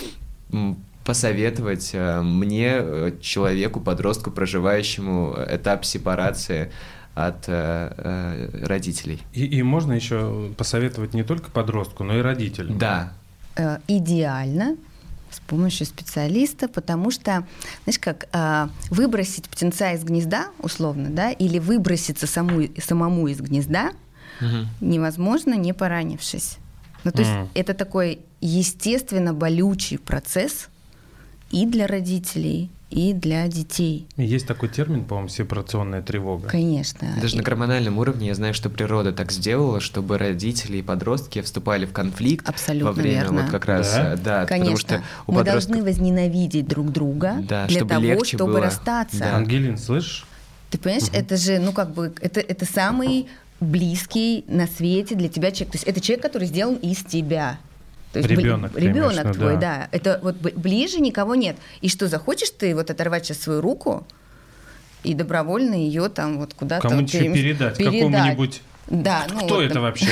посоветовать мне, человеку, подростку, проживающему этап сепарации от родителей? И можно еще посоветовать не только подростку, но и родителям. Да. Идеально с помощью специалиста, потому что, знаешь, как выбросить птенца из гнезда, условно, да, или выброситься самому из гнезда невозможно, не поранившись. То есть это такой естественно болючий процесс и для родителей, и для детей. Есть такой термин, по-моему, сепарационная тревога. Конечно. Даже на гормональном уровне я знаю, что природа так сделала, чтобы родители и подростки вступали в конфликт абсолютно во время верно. Вот как раз, да, конечно. Потому что мы должны возненавидеть друг друга для того, чтобы было. расстаться. Да. Ангелин, слышишь? Ты понимаешь, это же, это самый близкий на свете для тебя человек. То есть это человек, который сделан из тебя. То есть ребенок твой, да. Это вот ближе никого нет. И что, захочешь ты вот оторвать сейчас свою руку и добровольно ее там вот куда-то... Кому-нибудь еще передать, какому-нибудь... Да, Кто это вообще?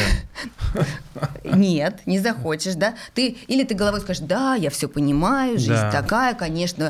Нет, не захочешь, да? Или ты головой скажешь, да, я все понимаю, жизнь такая, конечно,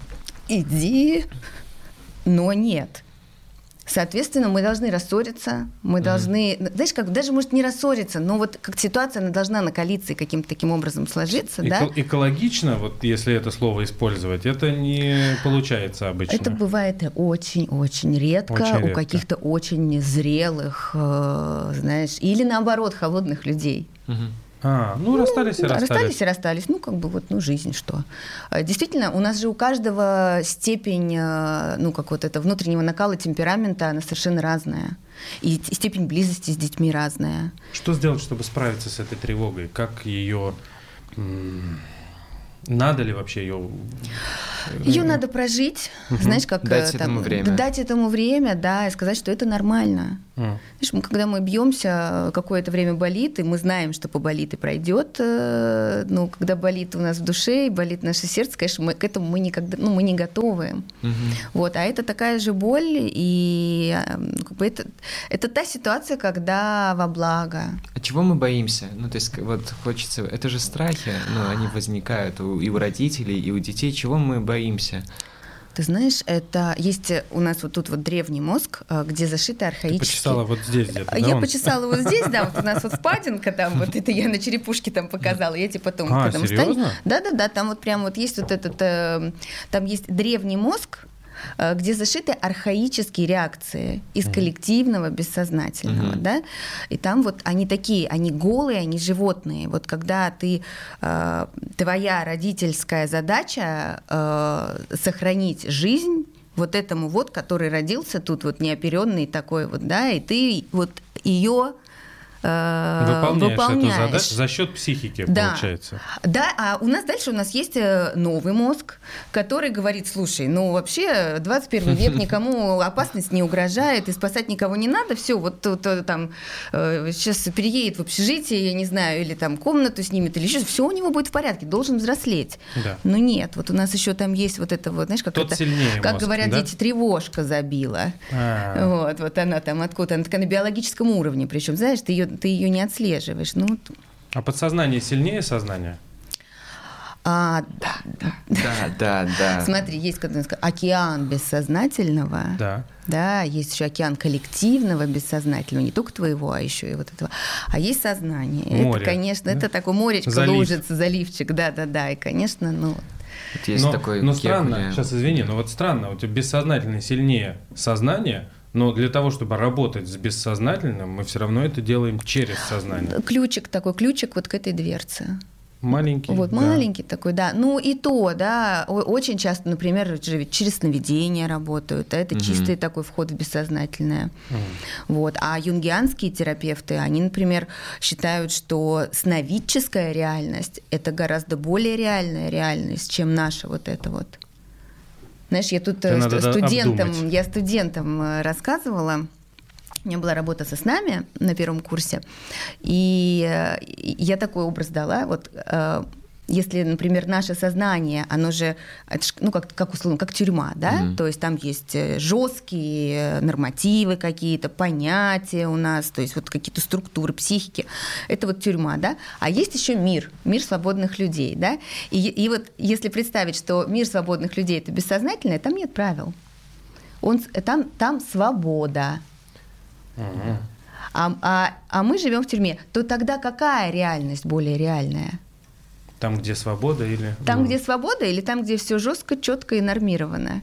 иди, но нет. Соответственно, мы должны рассориться, мы должны, знаешь, как даже, может, не рассориться, но вот как ситуация, она должна накалиться и каким-то таким образом сложиться, да? Экологично, вот если это слово использовать, это не получается обычно. Это бывает очень-очень редко у каких-то очень зрелых, знаешь, или наоборот, холодных людей. Расстались и расстались. Расстались и расстались. Жизнь что. Действительно, у нас же у каждого степень, это внутреннего накала темперамента, она совершенно разная. И степень близости с детьми разная. Что сделать, чтобы справиться с этой тревогой? Как ее... Надо ли вообще ее Ее надо прожить, знаешь, как дать этому время. Дать этому время, да, и сказать, что это нормально. Знаешь, когда мы бьемся, какое-то время болит, и мы знаем, что поболит и пройдет. Ну, когда болит у нас в душе и болит наше сердце, конечно, к этому мы никогда, мы не готовы. Вот, а это такая же боль, и как бы это та ситуация, когда во благо. А чего мы боимся? Ну, то есть, вот хочется... Это же страхи, они возникают и у родителей, и у детей. Чего мы боимся? Ты знаешь, это есть у нас вот тут вот древний мозг, где зашиты архаические... Ты почесала вот здесь где-то, да? Я почесала вот здесь, да, вот у нас вот впадинка там, вот это я на черепушке там показала, я тебе потом... серьезно? Да-да-да, там вот прям вот есть вот этот... Там есть древний мозг, где зашиты архаические реакции из коллективного бессознательного, да, и там вот они такие, они голые, они животные. Вот когда твоя родительская задача сохранить жизнь вот этому вот, который родился тут вот неоперенный такой вот, да, и ты вот ее выполняешь эту задачу за счет психики, получается. Да, а у нас есть новый мозг, который говорит, слушай, вообще 21 век никому опасность не угрожает, и спасать никого не надо, все, вот там сейчас переедет в общежитие, я не знаю, или там комнату снимет, или еще, все у него будет в порядке, должен взрослеть. Да. Но нет, вот у нас еще там есть вот это вот, знаешь, как тот это, как мозг, говорят дети, тревожка забила. Вот она там откуда, она такая на биологическом уровне, причем, знаешь, ты ее не отслеживаешь. А подсознание сильнее сознания? Да. Смотри, есть океан бессознательного. Да. Да, есть еще океан коллективного бессознательного, не только твоего, а еще и вот этого. А есть сознание. Море. Это, конечно, это такое моречко, лужица, заливчик, да. И, конечно, есть такой но странно, сейчас извини, но вот странно, у тебя бессознательное сильнее сознание. Но для того, чтобы работать с бессознательным, мы все равно это делаем через сознание. Ключик вот к этой дверце. Маленький. Вот, да. Маленький такой, да. И то, да, очень часто, например, через сновидения работают, а это чистый такой вход в бессознательное. Вот. А юнгианские терапевты, они, например, считают, что сновидческая реальность – это гораздо более реальная реальность, чем наша вот эта вот. Знаешь, я тут студентам рассказывала, у меня была работа со снами на первом курсе, и я такой образ дала, вот если, например, наше сознание, оно же, как условно, как тюрьма, да, то есть там есть жесткие нормативы какие-то, понятия у нас, то есть вот какие-то структуры психики, это вот тюрьма, да, а есть еще мир свободных людей, да, и вот если представить, что мир свободных людей – это бессознательное, там нет правил, там свобода. А мы живем в тюрьме, то тогда какая реальность более реальная? Там, где свобода или... Там, где свобода, или там, где все жестко, четко и нормировано?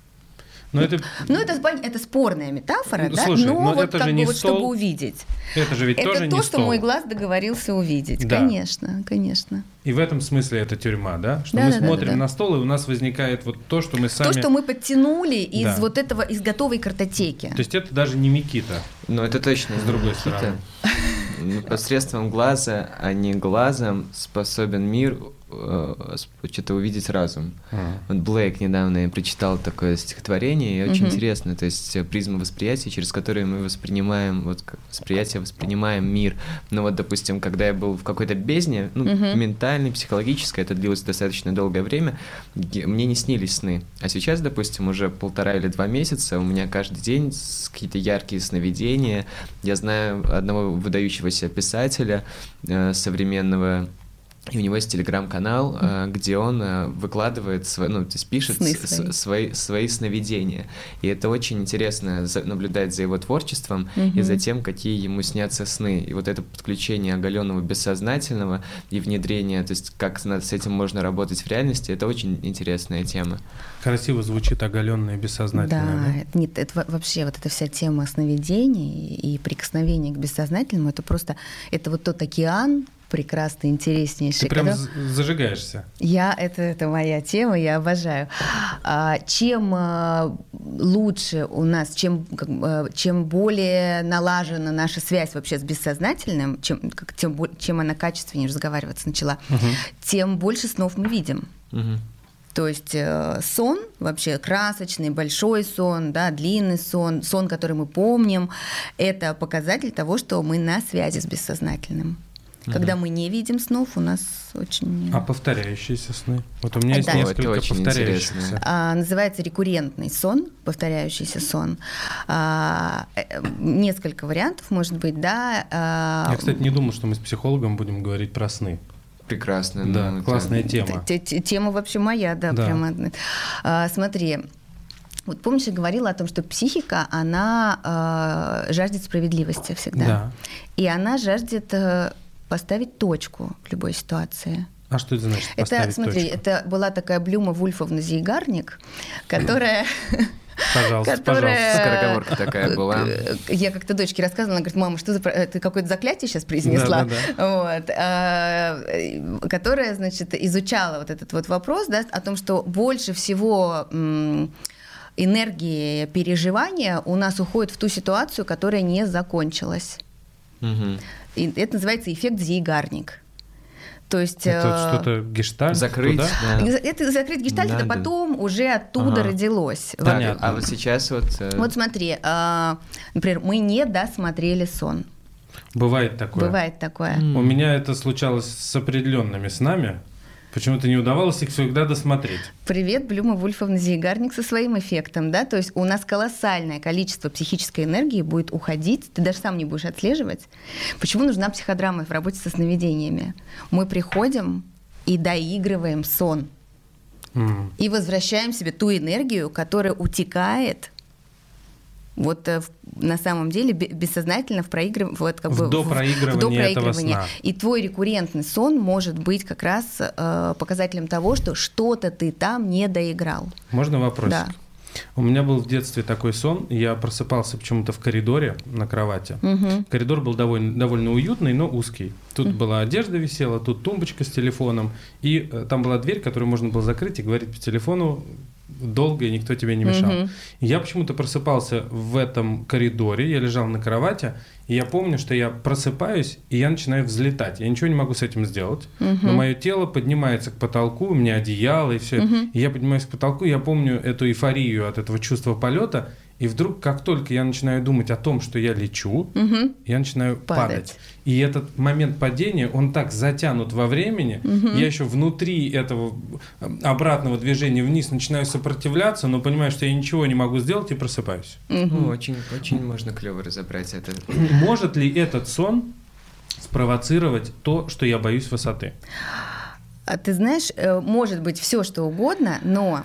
Это спорная метафора, да? Слушай, но вот это же не стол, чтобы увидеть. Это же ведь тоже не стол. Это то, что мой глаз договорился увидеть. Да. Конечно. И в этом смысле это тюрьма, да? Что мы смотрим на стол, и у нас возникает вот то, что мы сами... То, что мы подтянули из вот этого, из готовой картотеки. То есть это даже не Микита. Это точно с другой стороны. Посредством глаза, а не глазом способен мир что-то увидеть разум. Вот Блейк недавно я прочитал такое стихотворение, и очень интересно, то есть призма восприятия, через которую мы воспринимаем, вот как восприятие, воспринимаем мир. Но вот, допустим, когда я был в какой-то бездне, ментальной, психологической, это длилось достаточно долгое время, мне не снились сны. А сейчас, допустим, уже 1,5 или 2 месяца у меня каждый день какие-то яркие сновидения. Я знаю одного выдающегося писателя современного, и у него есть телеграм-канал, где он выкладывает, пишет свои сновидения. И это очень интересно наблюдать за его творчеством и за тем, какие ему снятся сны. И вот это подключение оголенного бессознательного и внедрение, то есть как с этим можно работать в реальности, это очень интересная тема. Красиво звучит оголенное бессознательное. Да, нет, это вообще вот эта вся тема сновидений и прикосновения к бессознательному, это вот тот океан, прекрасно, интереснейший. Ты прям зажигаешься. Это моя тема, я обожаю. Чем лучше у нас, чем более налажена наша связь вообще с бессознательным, чем она качественнее разговариваться начала, тем больше снов мы видим. То есть сон, вообще красочный, большой сон, да, длинный сон, сон, который мы помним, это показатель того, что мы на связи с бессознательным. Когда мы не видим снов, у нас очень... А повторяющиеся сны? Вот у меня есть Да. несколько Это очень повторяющихся. Называется рекуррентный сон, повторяющийся сон. Несколько вариантов, может быть, да. Я, кстати, не думал, что мы с психологом будем говорить про сны. Прекрасно. Да, ну, классная это- тема. Тема вообще моя, да, Да. прямо. Смотри, вот помнишь, я говорила о том, что психика, она жаждет справедливости всегда. Да. И она жаждет поставить точку в любой ситуации. А что это значит Это, поставить смотри, точку? это была такая Блюма Вульфовна Зейгарник, которая... Пожалуйста, которая- Скороговорка такая была. Я как-то дочке рассказывала, она говорит: мама, что за... Ты какое-то заклятие сейчас произнесла? Вот. Которая, значит, изучала вот этот вот вопрос, да, о том, что больше всего энергии переживания у нас уходит в ту ситуацию, которая не закончилась. Мгм. И это называется эффект Зейгарник. То есть... Это что-то гештальт? Закрыть, туда? да. Это закрыть гештальт, Да, это да. потом уже оттуда Ага. родилось. Так, Понятно. а вот сейчас вот... Вот смотри, например, мы не досмотрели сон. Бывает такое. Бывает такое. У меня это случалось с определенными снами. Почему-то не удавалось их всегда досмотреть. Привет, Блюма Вульфовна Зейгарник со своим эффектом, да, то есть у нас колоссальное количество психической энергии будет уходить, ты даже сам не будешь отслеживать. Почему нужна психодрама в работе со сновидениями? Мы приходим и доигрываем сон, и возвращаем себе ту энергию, которая утекает вот на самом деле бессознательно в вот, как В бы, допроигрывании этого сна. И твой рекуррентный сон может быть как раз показателем того, что что-то ты там не доиграл. Можно вопросик? Да. У меня был в детстве такой сон, я просыпался почему-то в коридоре на кровати. Коридор был довольно уютный, но узкий. Тут была одежда висела, тут тумбочка с телефоном, и там была дверь, которую можно было закрыть и говорить по телефону долго, и никто тебе не мешал. И я почему-то просыпался в этом коридоре, я лежал на кровати, и я помню, что я просыпаюсь, и я начинаю взлетать. Я ничего не могу с этим сделать, но мое тело поднимается к потолку, у меня одеяло и все. И я поднимаюсь к потолку, я помню эту эйфорию от этого чувства полета, и вдруг, как только я начинаю думать о том, что я лечу, я начинаю падать. И этот момент падения, он так затянут во времени, я еще внутри этого обратного движения вниз начинаю сопротивляться, но понимаю, что я ничего не могу сделать, и просыпаюсь. Очень, очень можно клево разобрать это. Может ли этот сон спровоцировать то, что я боюсь высоты? Ты знаешь, может быть все что угодно, но...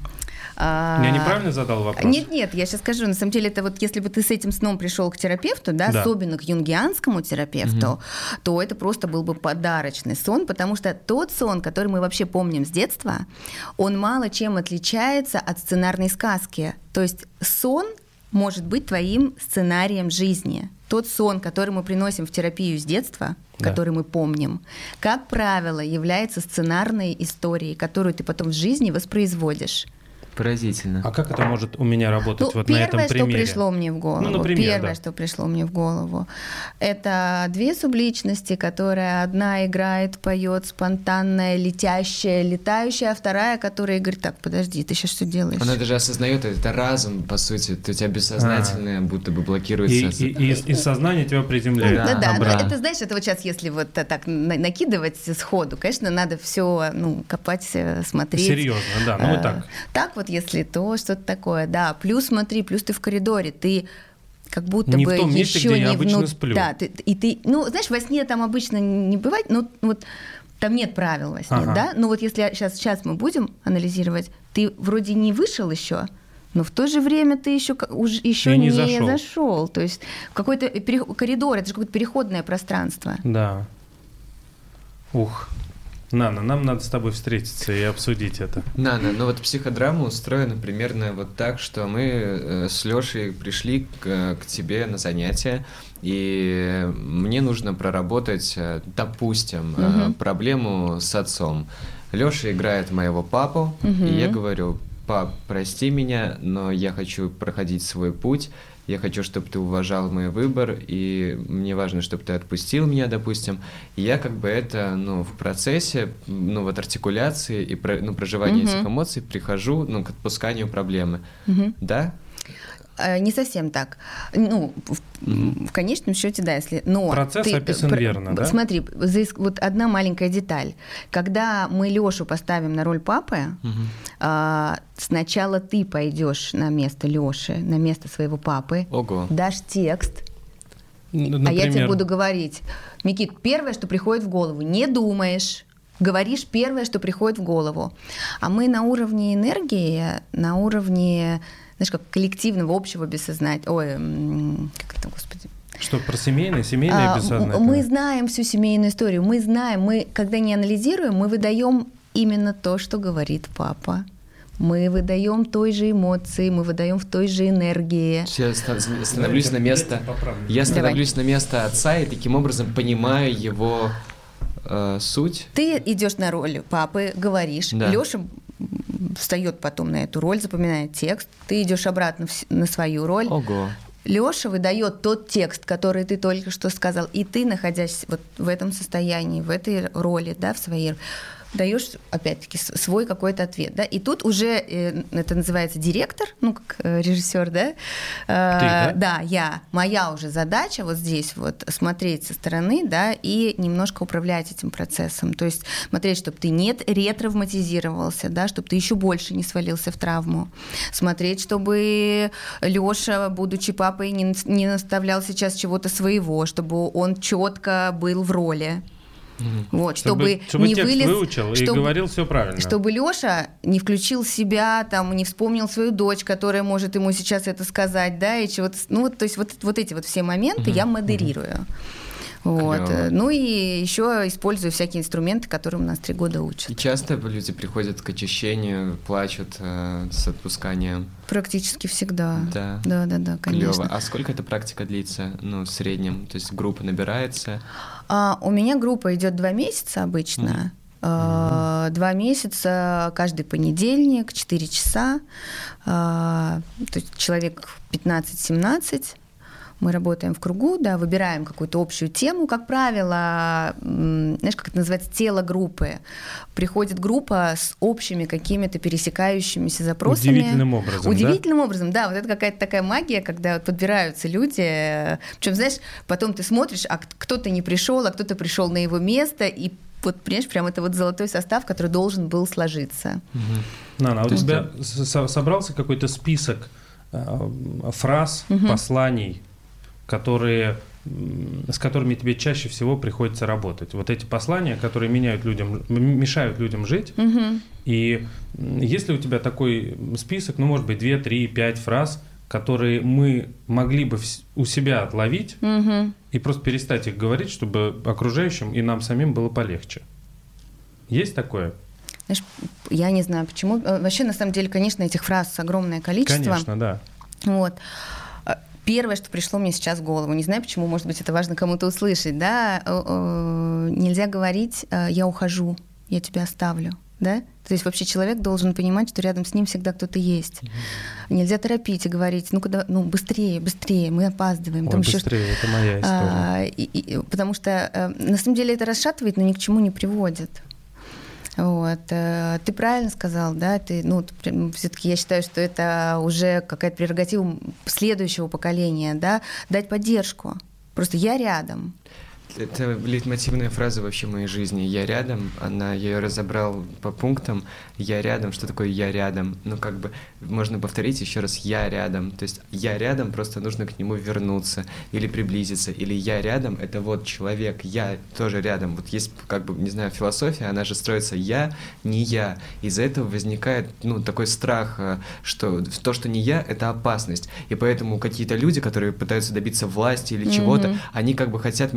Я неправильно задал вопрос? Нет, я сейчас скажу. На самом деле, это вот если бы ты с этим сном пришел к терапевту, да, особенно к юнгианскому терапевту, то это просто был бы подарочный сон, потому что тот сон, который мы вообще помним с детства, он мало чем отличается от сценарной сказки. То есть сон может быть твоим сценарием жизни. Тот сон, который мы приносим в терапию с детства, который мы помним, как правило, является сценарной историей, которую ты потом в жизни воспроизводишь. Поразительно. А как это может у меня работать вот на этом Первое, примере? что пришло мне в голову, что пришло мне в голову, это две субличности, которые одна играет, поет спонтанная, летящая, летающая, а вторая, которая говорит: так, подожди, ты сейчас что делаешь? Она даже осознает, это разум, по сути, у тебя бессознательное будто бы блокируется. И сознание тебя приземляет. Да, это знаешь, это вот сейчас, если вот так накидывать сходу, конечно, надо все копать, смотреть. Серьезно, да, ну вот так. Так вот, если то, что-то такое, да. Плюс смотри, плюс ты в коридоре, ты как будто не бы в том месте, еще где я не обычно сплю. Да, ты, знаешь, во сне там обычно не бывает, но вот там нет правил во сне, да. Но вот если сейчас мы будем анализировать, ты вроде не вышел еще, но в то же время ты еще не зашел. То есть какой-то коридор, это же какое-то переходное пространство. Да. Ух. Нана, нам надо с тобой встретиться и обсудить это. Нана, ну вот психодрама устроена примерно вот так, что мы с Лешей пришли к тебе на занятия, и мне нужно проработать, допустим, проблему с отцом. Леша играет моего папу, и я говорю: пап, прости меня, но я хочу проходить свой путь, я хочу, чтобы ты уважал мой выбор, и мне важно, чтобы ты отпустил меня, допустим. И я как бы это, в процессе, вот артикуляции и проживания этих эмоций прихожу, к отпусканию проблемы. Да? Не совсем так. В конечном счете, да, если... Но процесс описан верно, да? Смотри, вот одна маленькая деталь. Когда мы Лёшу поставим на роль папы, сначала ты пойдешь на место Лёши, на место своего папы, Ого. дашь текст, Например? а я тебе буду говорить: Микит, первое, что приходит в голову, не думаешь, говоришь первое, что приходит в голову. А мы на уровне энергии, на уровне... Знаешь, как коллективного, общего бессознательного. Как это, господи? Что, про семейное бессознательное? Мы знаем всю семейную историю. Мы знаем, когда не анализируем, мы выдаем именно то, что говорит папа. Мы выдаем той же эмоции, мы выдаем в той же энергии. Я становлюсь на место. Я становлюсь на место отца и таким образом понимаю его суть. Ты идешь на роль папы, говоришь. Да. Лёша встает потом на эту роль, запоминает текст. Ты идешь обратно на свою роль. Ого. Лёша выдает тот текст, который ты только что сказал, и ты, находясь вот в этом состоянии, в этой роли, да, в своей, даешь, опять-таки, свой какой-то ответ, да, и тут уже это называется директор, как режиссер, да? Ты, да? Да, я. Моя уже задача вот здесь вот смотреть со стороны, да, и немножко управлять этим процессом, то есть смотреть, чтобы ты не ретравматизировался, да, чтобы ты еще больше не свалился в травму, смотреть, чтобы Лёша, будучи папой, не наставлял сейчас чего-то своего, чтобы он четко был в роли. Вот, чтобы не текст вылез, выучил и говорил все правильно. Чтобы Лёша не включил себя, не вспомнил свою дочь, которая может ему сейчас это сказать, да, и чего-то. То есть вот эти вот все моменты я модерирую. Вот. Клёво. И еще использую всякие инструменты, которым нас 3 года учат. И часто люди приходят к очищению, плачут с отпусканием? Практически всегда. Да. Да, конечно. Клёво. А сколько эта практика длится, в среднем? То есть группа набирается? У меня группа идет 2 месяца обычно. 2 месяца, каждый понедельник, 4 часа. То есть человек 15-17. Мы работаем в кругу, да, выбираем какую-то общую тему. Как правило, знаешь, как это называется, тело группы. Приходит группа с общими какими-то пересекающимися запросами. Удивительным образом, да. Вот это какая-то такая магия, когда подбираются люди. Причем, знаешь, потом ты смотришь, а кто-то не пришел, а кто-то пришел на его место, и вот, понимаешь, прям это вот золотой состав, который должен был сложиться. Нана, а у тебя собрался какой-то список фраз, посланий, с которыми тебе чаще всего приходится работать? Вот эти послания, которые мешают людям жить. И есть ли у тебя такой список, может быть, 2, 3, 5 фраз, которые мы могли бы у себя отловить и просто перестать их говорить, чтобы окружающим и нам самим было полегче? Есть такое? Знаешь, я не знаю, почему. Вообще, на самом деле, конечно, этих фраз огромное количество. Конечно, да. Вот. Первое, что пришло мне сейчас в голову, не знаю почему, может быть, это важно кому-то услышать, да, нельзя говорить «я ухожу, я тебя оставлю», да? То есть вообще человек должен понимать, что рядом с ним всегда кто-то есть. Нельзя торопить и говорить быстрее, мы опаздываем. Ой, быстрее, это моя история. Потому что на самом деле это расшатывает, но ни к чему не приводит. Вот. Ты правильно сказал, да, все-таки я считаю, что это уже какая-то прерогатива следующего поколения, да, дать поддержку. Просто я рядом. Это лейтмотивная фраза вообще моей жизни. «Я рядом», я ее разобрал по пунктам. «Я рядом», что такое «я рядом»? Можно повторить еще раз «я рядом». То есть «я рядом», просто нужно к нему вернуться или приблизиться. Или «я рядом» — это вот человек, я тоже рядом. Вот есть, не знаю, философия, она же строится «я», «не я». Из-за этого возникает, такой страх, что то, что не я, это опасность. И поэтому какие-то люди, которые пытаются добиться власти или чего-то, они хотят минимизировать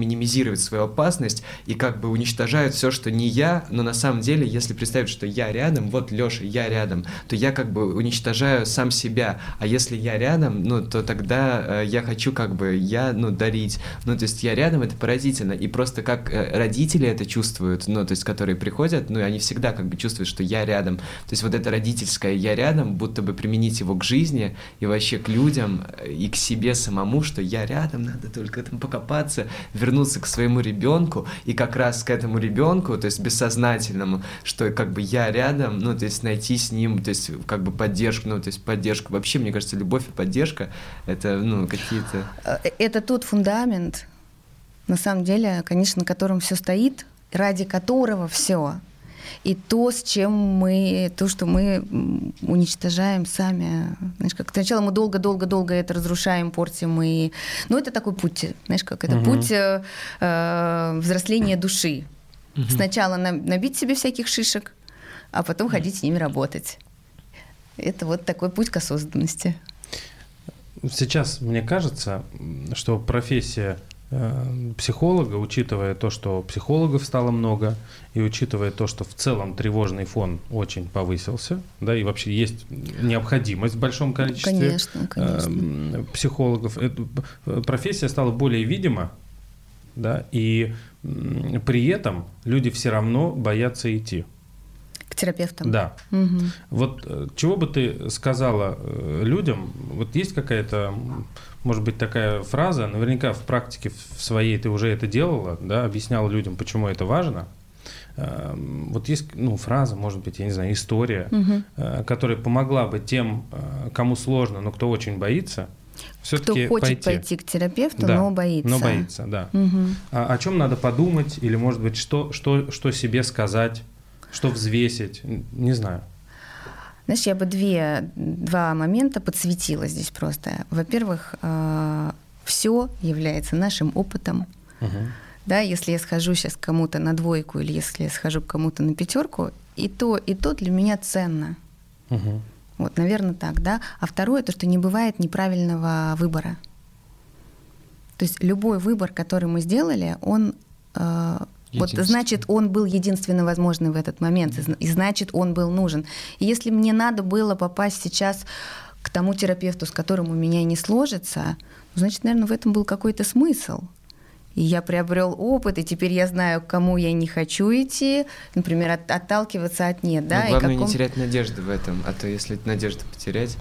минимизировать свою опасность и как бы уничтожают все, что не я, но на самом деле, если представить, что я рядом, вот Лёша, я рядом, то я как бы уничтожаю сам себя, а если я рядом, ну, то тогда я хочу как бы, дарить, ну, то есть я рядом, это поразительно, и просто как родители это чувствуют, ну, то есть которые приходят, ну, они всегда как бы чувствуют, что я рядом, то есть вот это родительское я рядом, будто бы применить его к жизни и вообще к людям и к себе самому, что я рядом, надо только там покопаться, вернуться к своему ребенку и как раз к этому ребенку, то есть бессознательному, что как бы я рядом, ну, то есть найти с ним, то есть как бы поддержку, ну, то есть поддержку. Вообще, мне кажется, любовь и поддержка — это, ну, какие-то... Это тот фундамент, на самом деле, конечно, на котором все стоит, ради которого все. И то, что мы уничтожаем сами. Знаешь, как сначала мы долго-долго-долго это разрушаем, портим. Ну, это такой путь, знаешь, как это путь взросления души. Сначала набить себе всяких шишек, а потом ходить с ними работать. Это вот такой путь к осознанности. Сейчас мне кажется, что профессия психолога, учитывая то, что психологов стало много, и учитывая то, что в целом тревожный фон очень повысился, да, и вообще есть необходимость в большом количестве психологов, профессия стала более видима, да, и при этом люди все равно боятся идти. К терапевтам? Да. Угу. Вот чего бы ты сказала людям? Вот есть какая-то, может быть, такая фраза, наверняка в практике в своей ты уже это делала, да, объясняла людям, почему это важно. Вот есть, ну, фраза, может быть, я не знаю, история, которая помогла бы тем, кому сложно, но кто очень боится, все-таки кто хочет пойти к терапевту, да, но боится. Но боится, да. О чем надо подумать, или, может быть, что себе сказать, что взвесить, не знаю. Знаешь, я бы два момента подсветила здесь просто. Во-первых, все является нашим опытом. Да, если я схожу сейчас к кому-то на 2, или если я схожу к кому-то на 5, и то для меня ценно. Вот, наверное, так, да. А второе, то, что не бывает неправильного выбора. То есть любой выбор, который мы сделали, он... Вот, значит, он был единственно возможный в этот момент, и значит, он был нужен. И если мне надо было попасть сейчас к тому терапевту, с которым у меня не сложится, значит, наверное, в этом был какой-то смысл. И я приобрел опыт, и теперь я знаю, к кому я не хочу идти, например, отталкиваться от нет. Да? Главное не терять надежды в этом, а то если надежду потерять...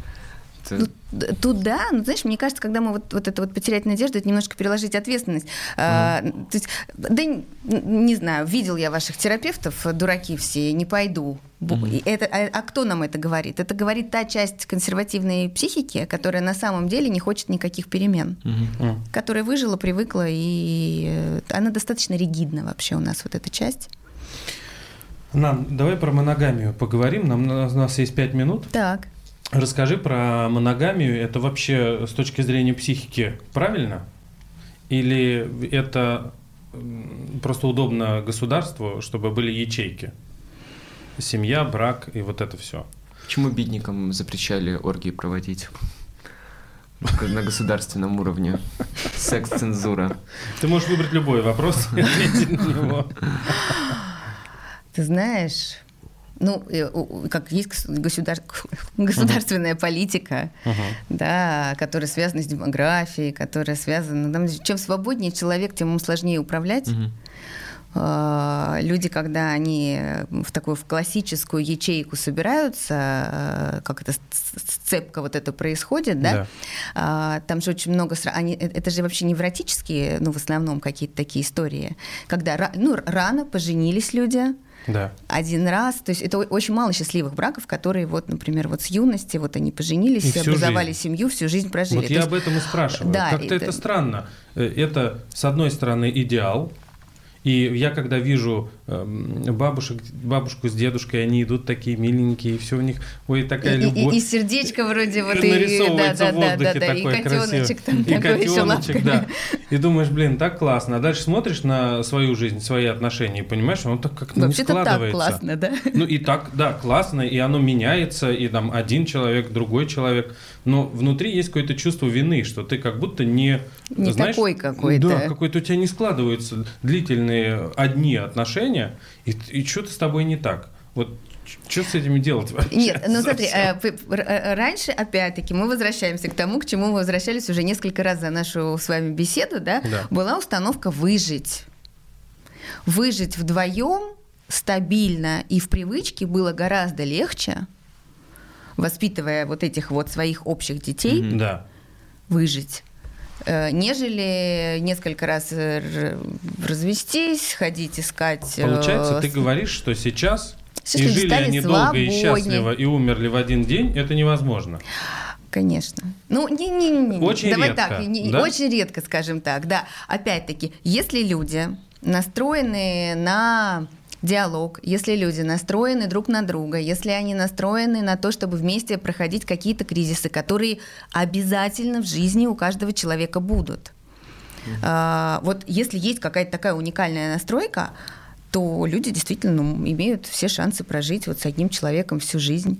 Тут да, но знаешь, мне кажется, когда мы вот это вот потерять надежду, это немножко переложить ответственность. То есть, да, не знаю, видел я ваших терапевтов, дураки все, не пойду. А кто нам это говорит? Это говорит та часть консервативной психики, которая на самом деле не хочет никаких перемен, которая выжила, привыкла, и она достаточно ригидна вообще у нас, вот эта часть. Нан, давай про моногамию поговорим, у нас есть 5 минут. Так. Расскажи про моногамию. Это вообще с точки зрения психики правильно? Или это просто удобно государству, чтобы были ячейки? Семья, брак и вот это все. Почему бедникам запрещали оргии проводить? На государственном уровне. Секс-цензура. Ты можешь выбрать любой вопрос и ответить на него. Ты знаешь... Ну, как есть государственная политика, да, которая связана с демографией, которая связана... Чем свободнее человек, тем ему сложнее управлять. Люди, когда они в классическую ячейку собираются, как это сцепка вот это происходит, да? Там же очень много... Это же вообще невротические, ну, в основном какие-то такие истории, когда рано поженились люди, да. Один раз, то есть это очень мало счастливых браков, которые вот, например, вот с юности вот они поженились, образовали семью, всю жизнь прожили. Вот я об этом и спрашиваю. Да, как-то это странно. Это, с одной стороны, идеал, И я когда вижу бабушку с дедушкой, они идут такие миленькие, и все у них, ой, такая любовь. И сердечко вроде вот нарисовывается в воздухе да, такое и котеночек там красивое. такой еще Котеночек, лапками. да. И думаешь, блин, так классно. А дальше смотришь на свою жизнь, свои отношения, и понимаешь, оно так как-то не Вообще-то складывается. так классно, да? Ну и так, да, классно, и оно меняется, и там один человек, другой человек. Но внутри есть какое-то чувство вины, что ты как будто не знаешь, такой какой-то. Да, какой-то у тебя не складываются длительные одни отношения, и что-то с тобой не так. Вот что с этим делать вообще? Нет, ну смотри, раньше, опять-таки, мы возвращаемся к тому, к чему мы возвращались уже несколько раз за нашу с вами беседу, да? Была установка выжить. Выжить вдвоем стабильно и в привычке было гораздо легче, воспитывая вот этих вот своих общих детей, выжить, нежели несколько раз развестись, ходить искать... Получается, ты говоришь, что сейчас и жили они долго и счастливо, и умерли в один день, это невозможно. Конечно. Ну, очень давай редко, так, да? Очень редко, скажем так, да. Опять-таки, если люди настроены на диалог, если люди настроены друг на друга, если они настроены на то, чтобы вместе проходить какие-то кризисы, которые обязательно в жизни у каждого человека будут. Вот если есть какая-то такая уникальная настройка, то люди действительно имеют все шансы прожить вот с одним человеком всю жизнь.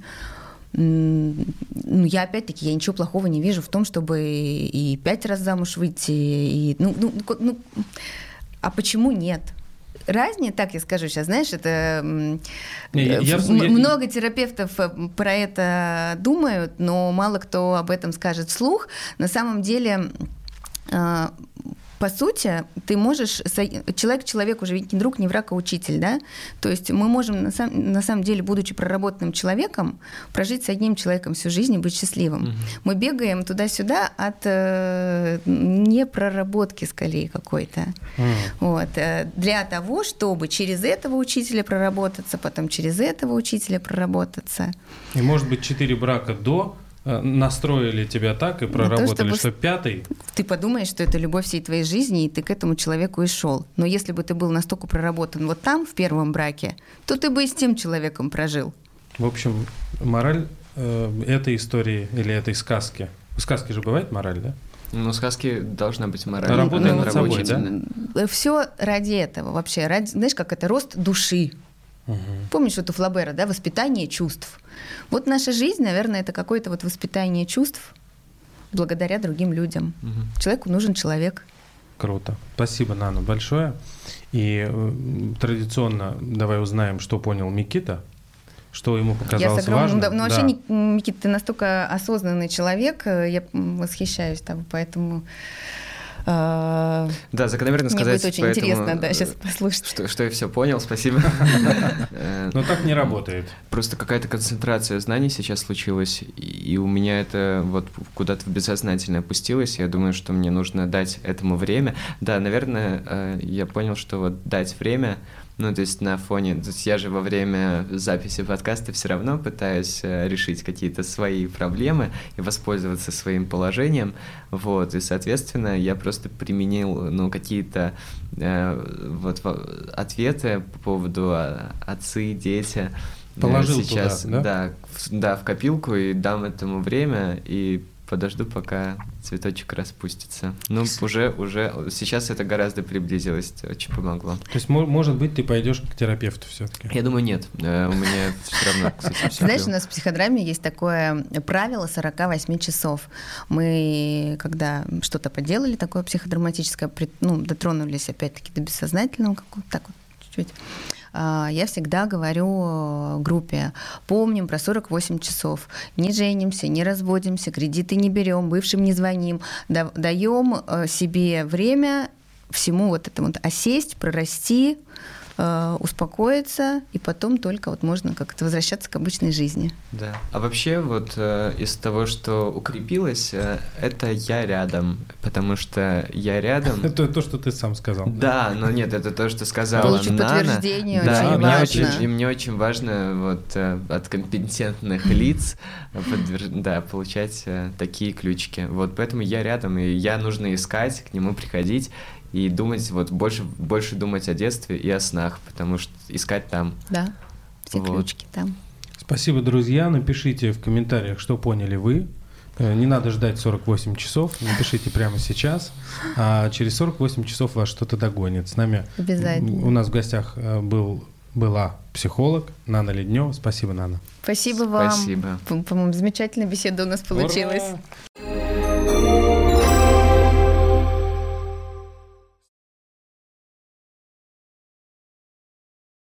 Я опять-таки, я ничего плохого не вижу в том, чтобы и 5 раз замуж выйти, а почему нет? Разница, так я скажу сейчас, знаешь, это много терапевтов про это думают, но мало кто об этом скажет вслух. На самом деле, по сути, ты можешь... Человек человеку уже ведь не друг, не враг, а учитель, да? То есть мы можем, на самом деле, будучи проработанным человеком, прожить с одним человеком всю жизнь и быть счастливым. Мы бегаем туда-сюда от непроработки, скорее, какой-то. Вот. Для того, чтобы через этого учителя проработаться, потом через этого учителя проработаться. И, может быть, 4 брака до настроили тебя так и проработали, что 5-й... Ты подумаешь, что это любовь всей твоей жизни, и ты к этому человеку и шел. Но если бы ты был настолько проработан вот там, в первом браке, то ты бы и с тем человеком прожил. В общем, мораль этой истории или этой сказки... В сказке же бывает мораль, да? Ну, в сказке должна быть мораль. Работай над собой, да? Все ради этого вообще. Знаешь, как это? Рост души. Помнишь вот у Флабера, да, воспитание чувств. Вот наша жизнь, наверное, это какое-то вот воспитание чувств благодаря другим людям. Человеку нужен человек. Круто. Спасибо, Нана, большое. И традиционно давай узнаем, что понял Микита, что ему показалось важным. Ну, вообще, Микита, ты настолько осознанный человек, я восхищаюсь тобой, поэтому... Да, закономерно сказать. Мне будет очень интересно, да, сейчас послушать. Что я все понял, спасибо. Но так не работает. Просто какая-то концентрация знаний сейчас случилась, и у меня это вот куда-то в бессознательное опустилось. Я думаю, что мне нужно дать этому время. Да, наверное, я понял, что вот дать время. Ну, то есть на фоне... То есть я же во время записи подкаста все равно пытаюсь решить какие-то свои проблемы и воспользоваться своим положением. Вот, и, соответственно, я просто применил, какие-то ответы по поводу отцы, дети. Положил сейчас, туда, да, в копилку, и дам этому время, и подожду, пока цветочек распустится. Ну, уже сейчас это гораздо приблизилось, очень помогло. То есть, может быть, ты пойдешь к терапевту все-таки? Я думаю, нет. У меня все равно, кстати, все. Знаешь, у нас в психодраме есть такое правило 48 часов. Мы, когда что-то поделали, такое психодраматическое, дотронулись опять-таки до бессознательного, как-то так вот чуть-чуть, я всегда говорю группе: помним про 48 часов, не женимся, не разводимся, кредиты не берем, бывшим не звоним, даем себе время всему вот этому осесть, прорасти, успокоиться, и потом только вот можно как-то возвращаться к обычной жизни. Да. А вообще вот из того, что укрепилось, это я рядом, потому что я рядом... Это то, что ты сам сказал. Да, но нет, это то, что сказала Получить Нана. подтверждение да, очень важно. И мне очень важно вот от компетентных лиц получать такие ключики. Вот поэтому я рядом, и я нужно искать, к нему приходить и думать, вот больше думать о детстве и о снах, потому что искать там. Да, все Вот. ключики там. Спасибо, друзья. Напишите в комментариях, что поняли вы. Не надо ждать 48 часов. Напишите прямо сейчас. А через 48 часов вас что-то догонит. С нами Обязательно. у нас в гостях была психолог Нана Леднева. Спасибо, Нана. Спасибо вам. Спасибо. По-моему, замечательная беседа у нас получилась. Ура!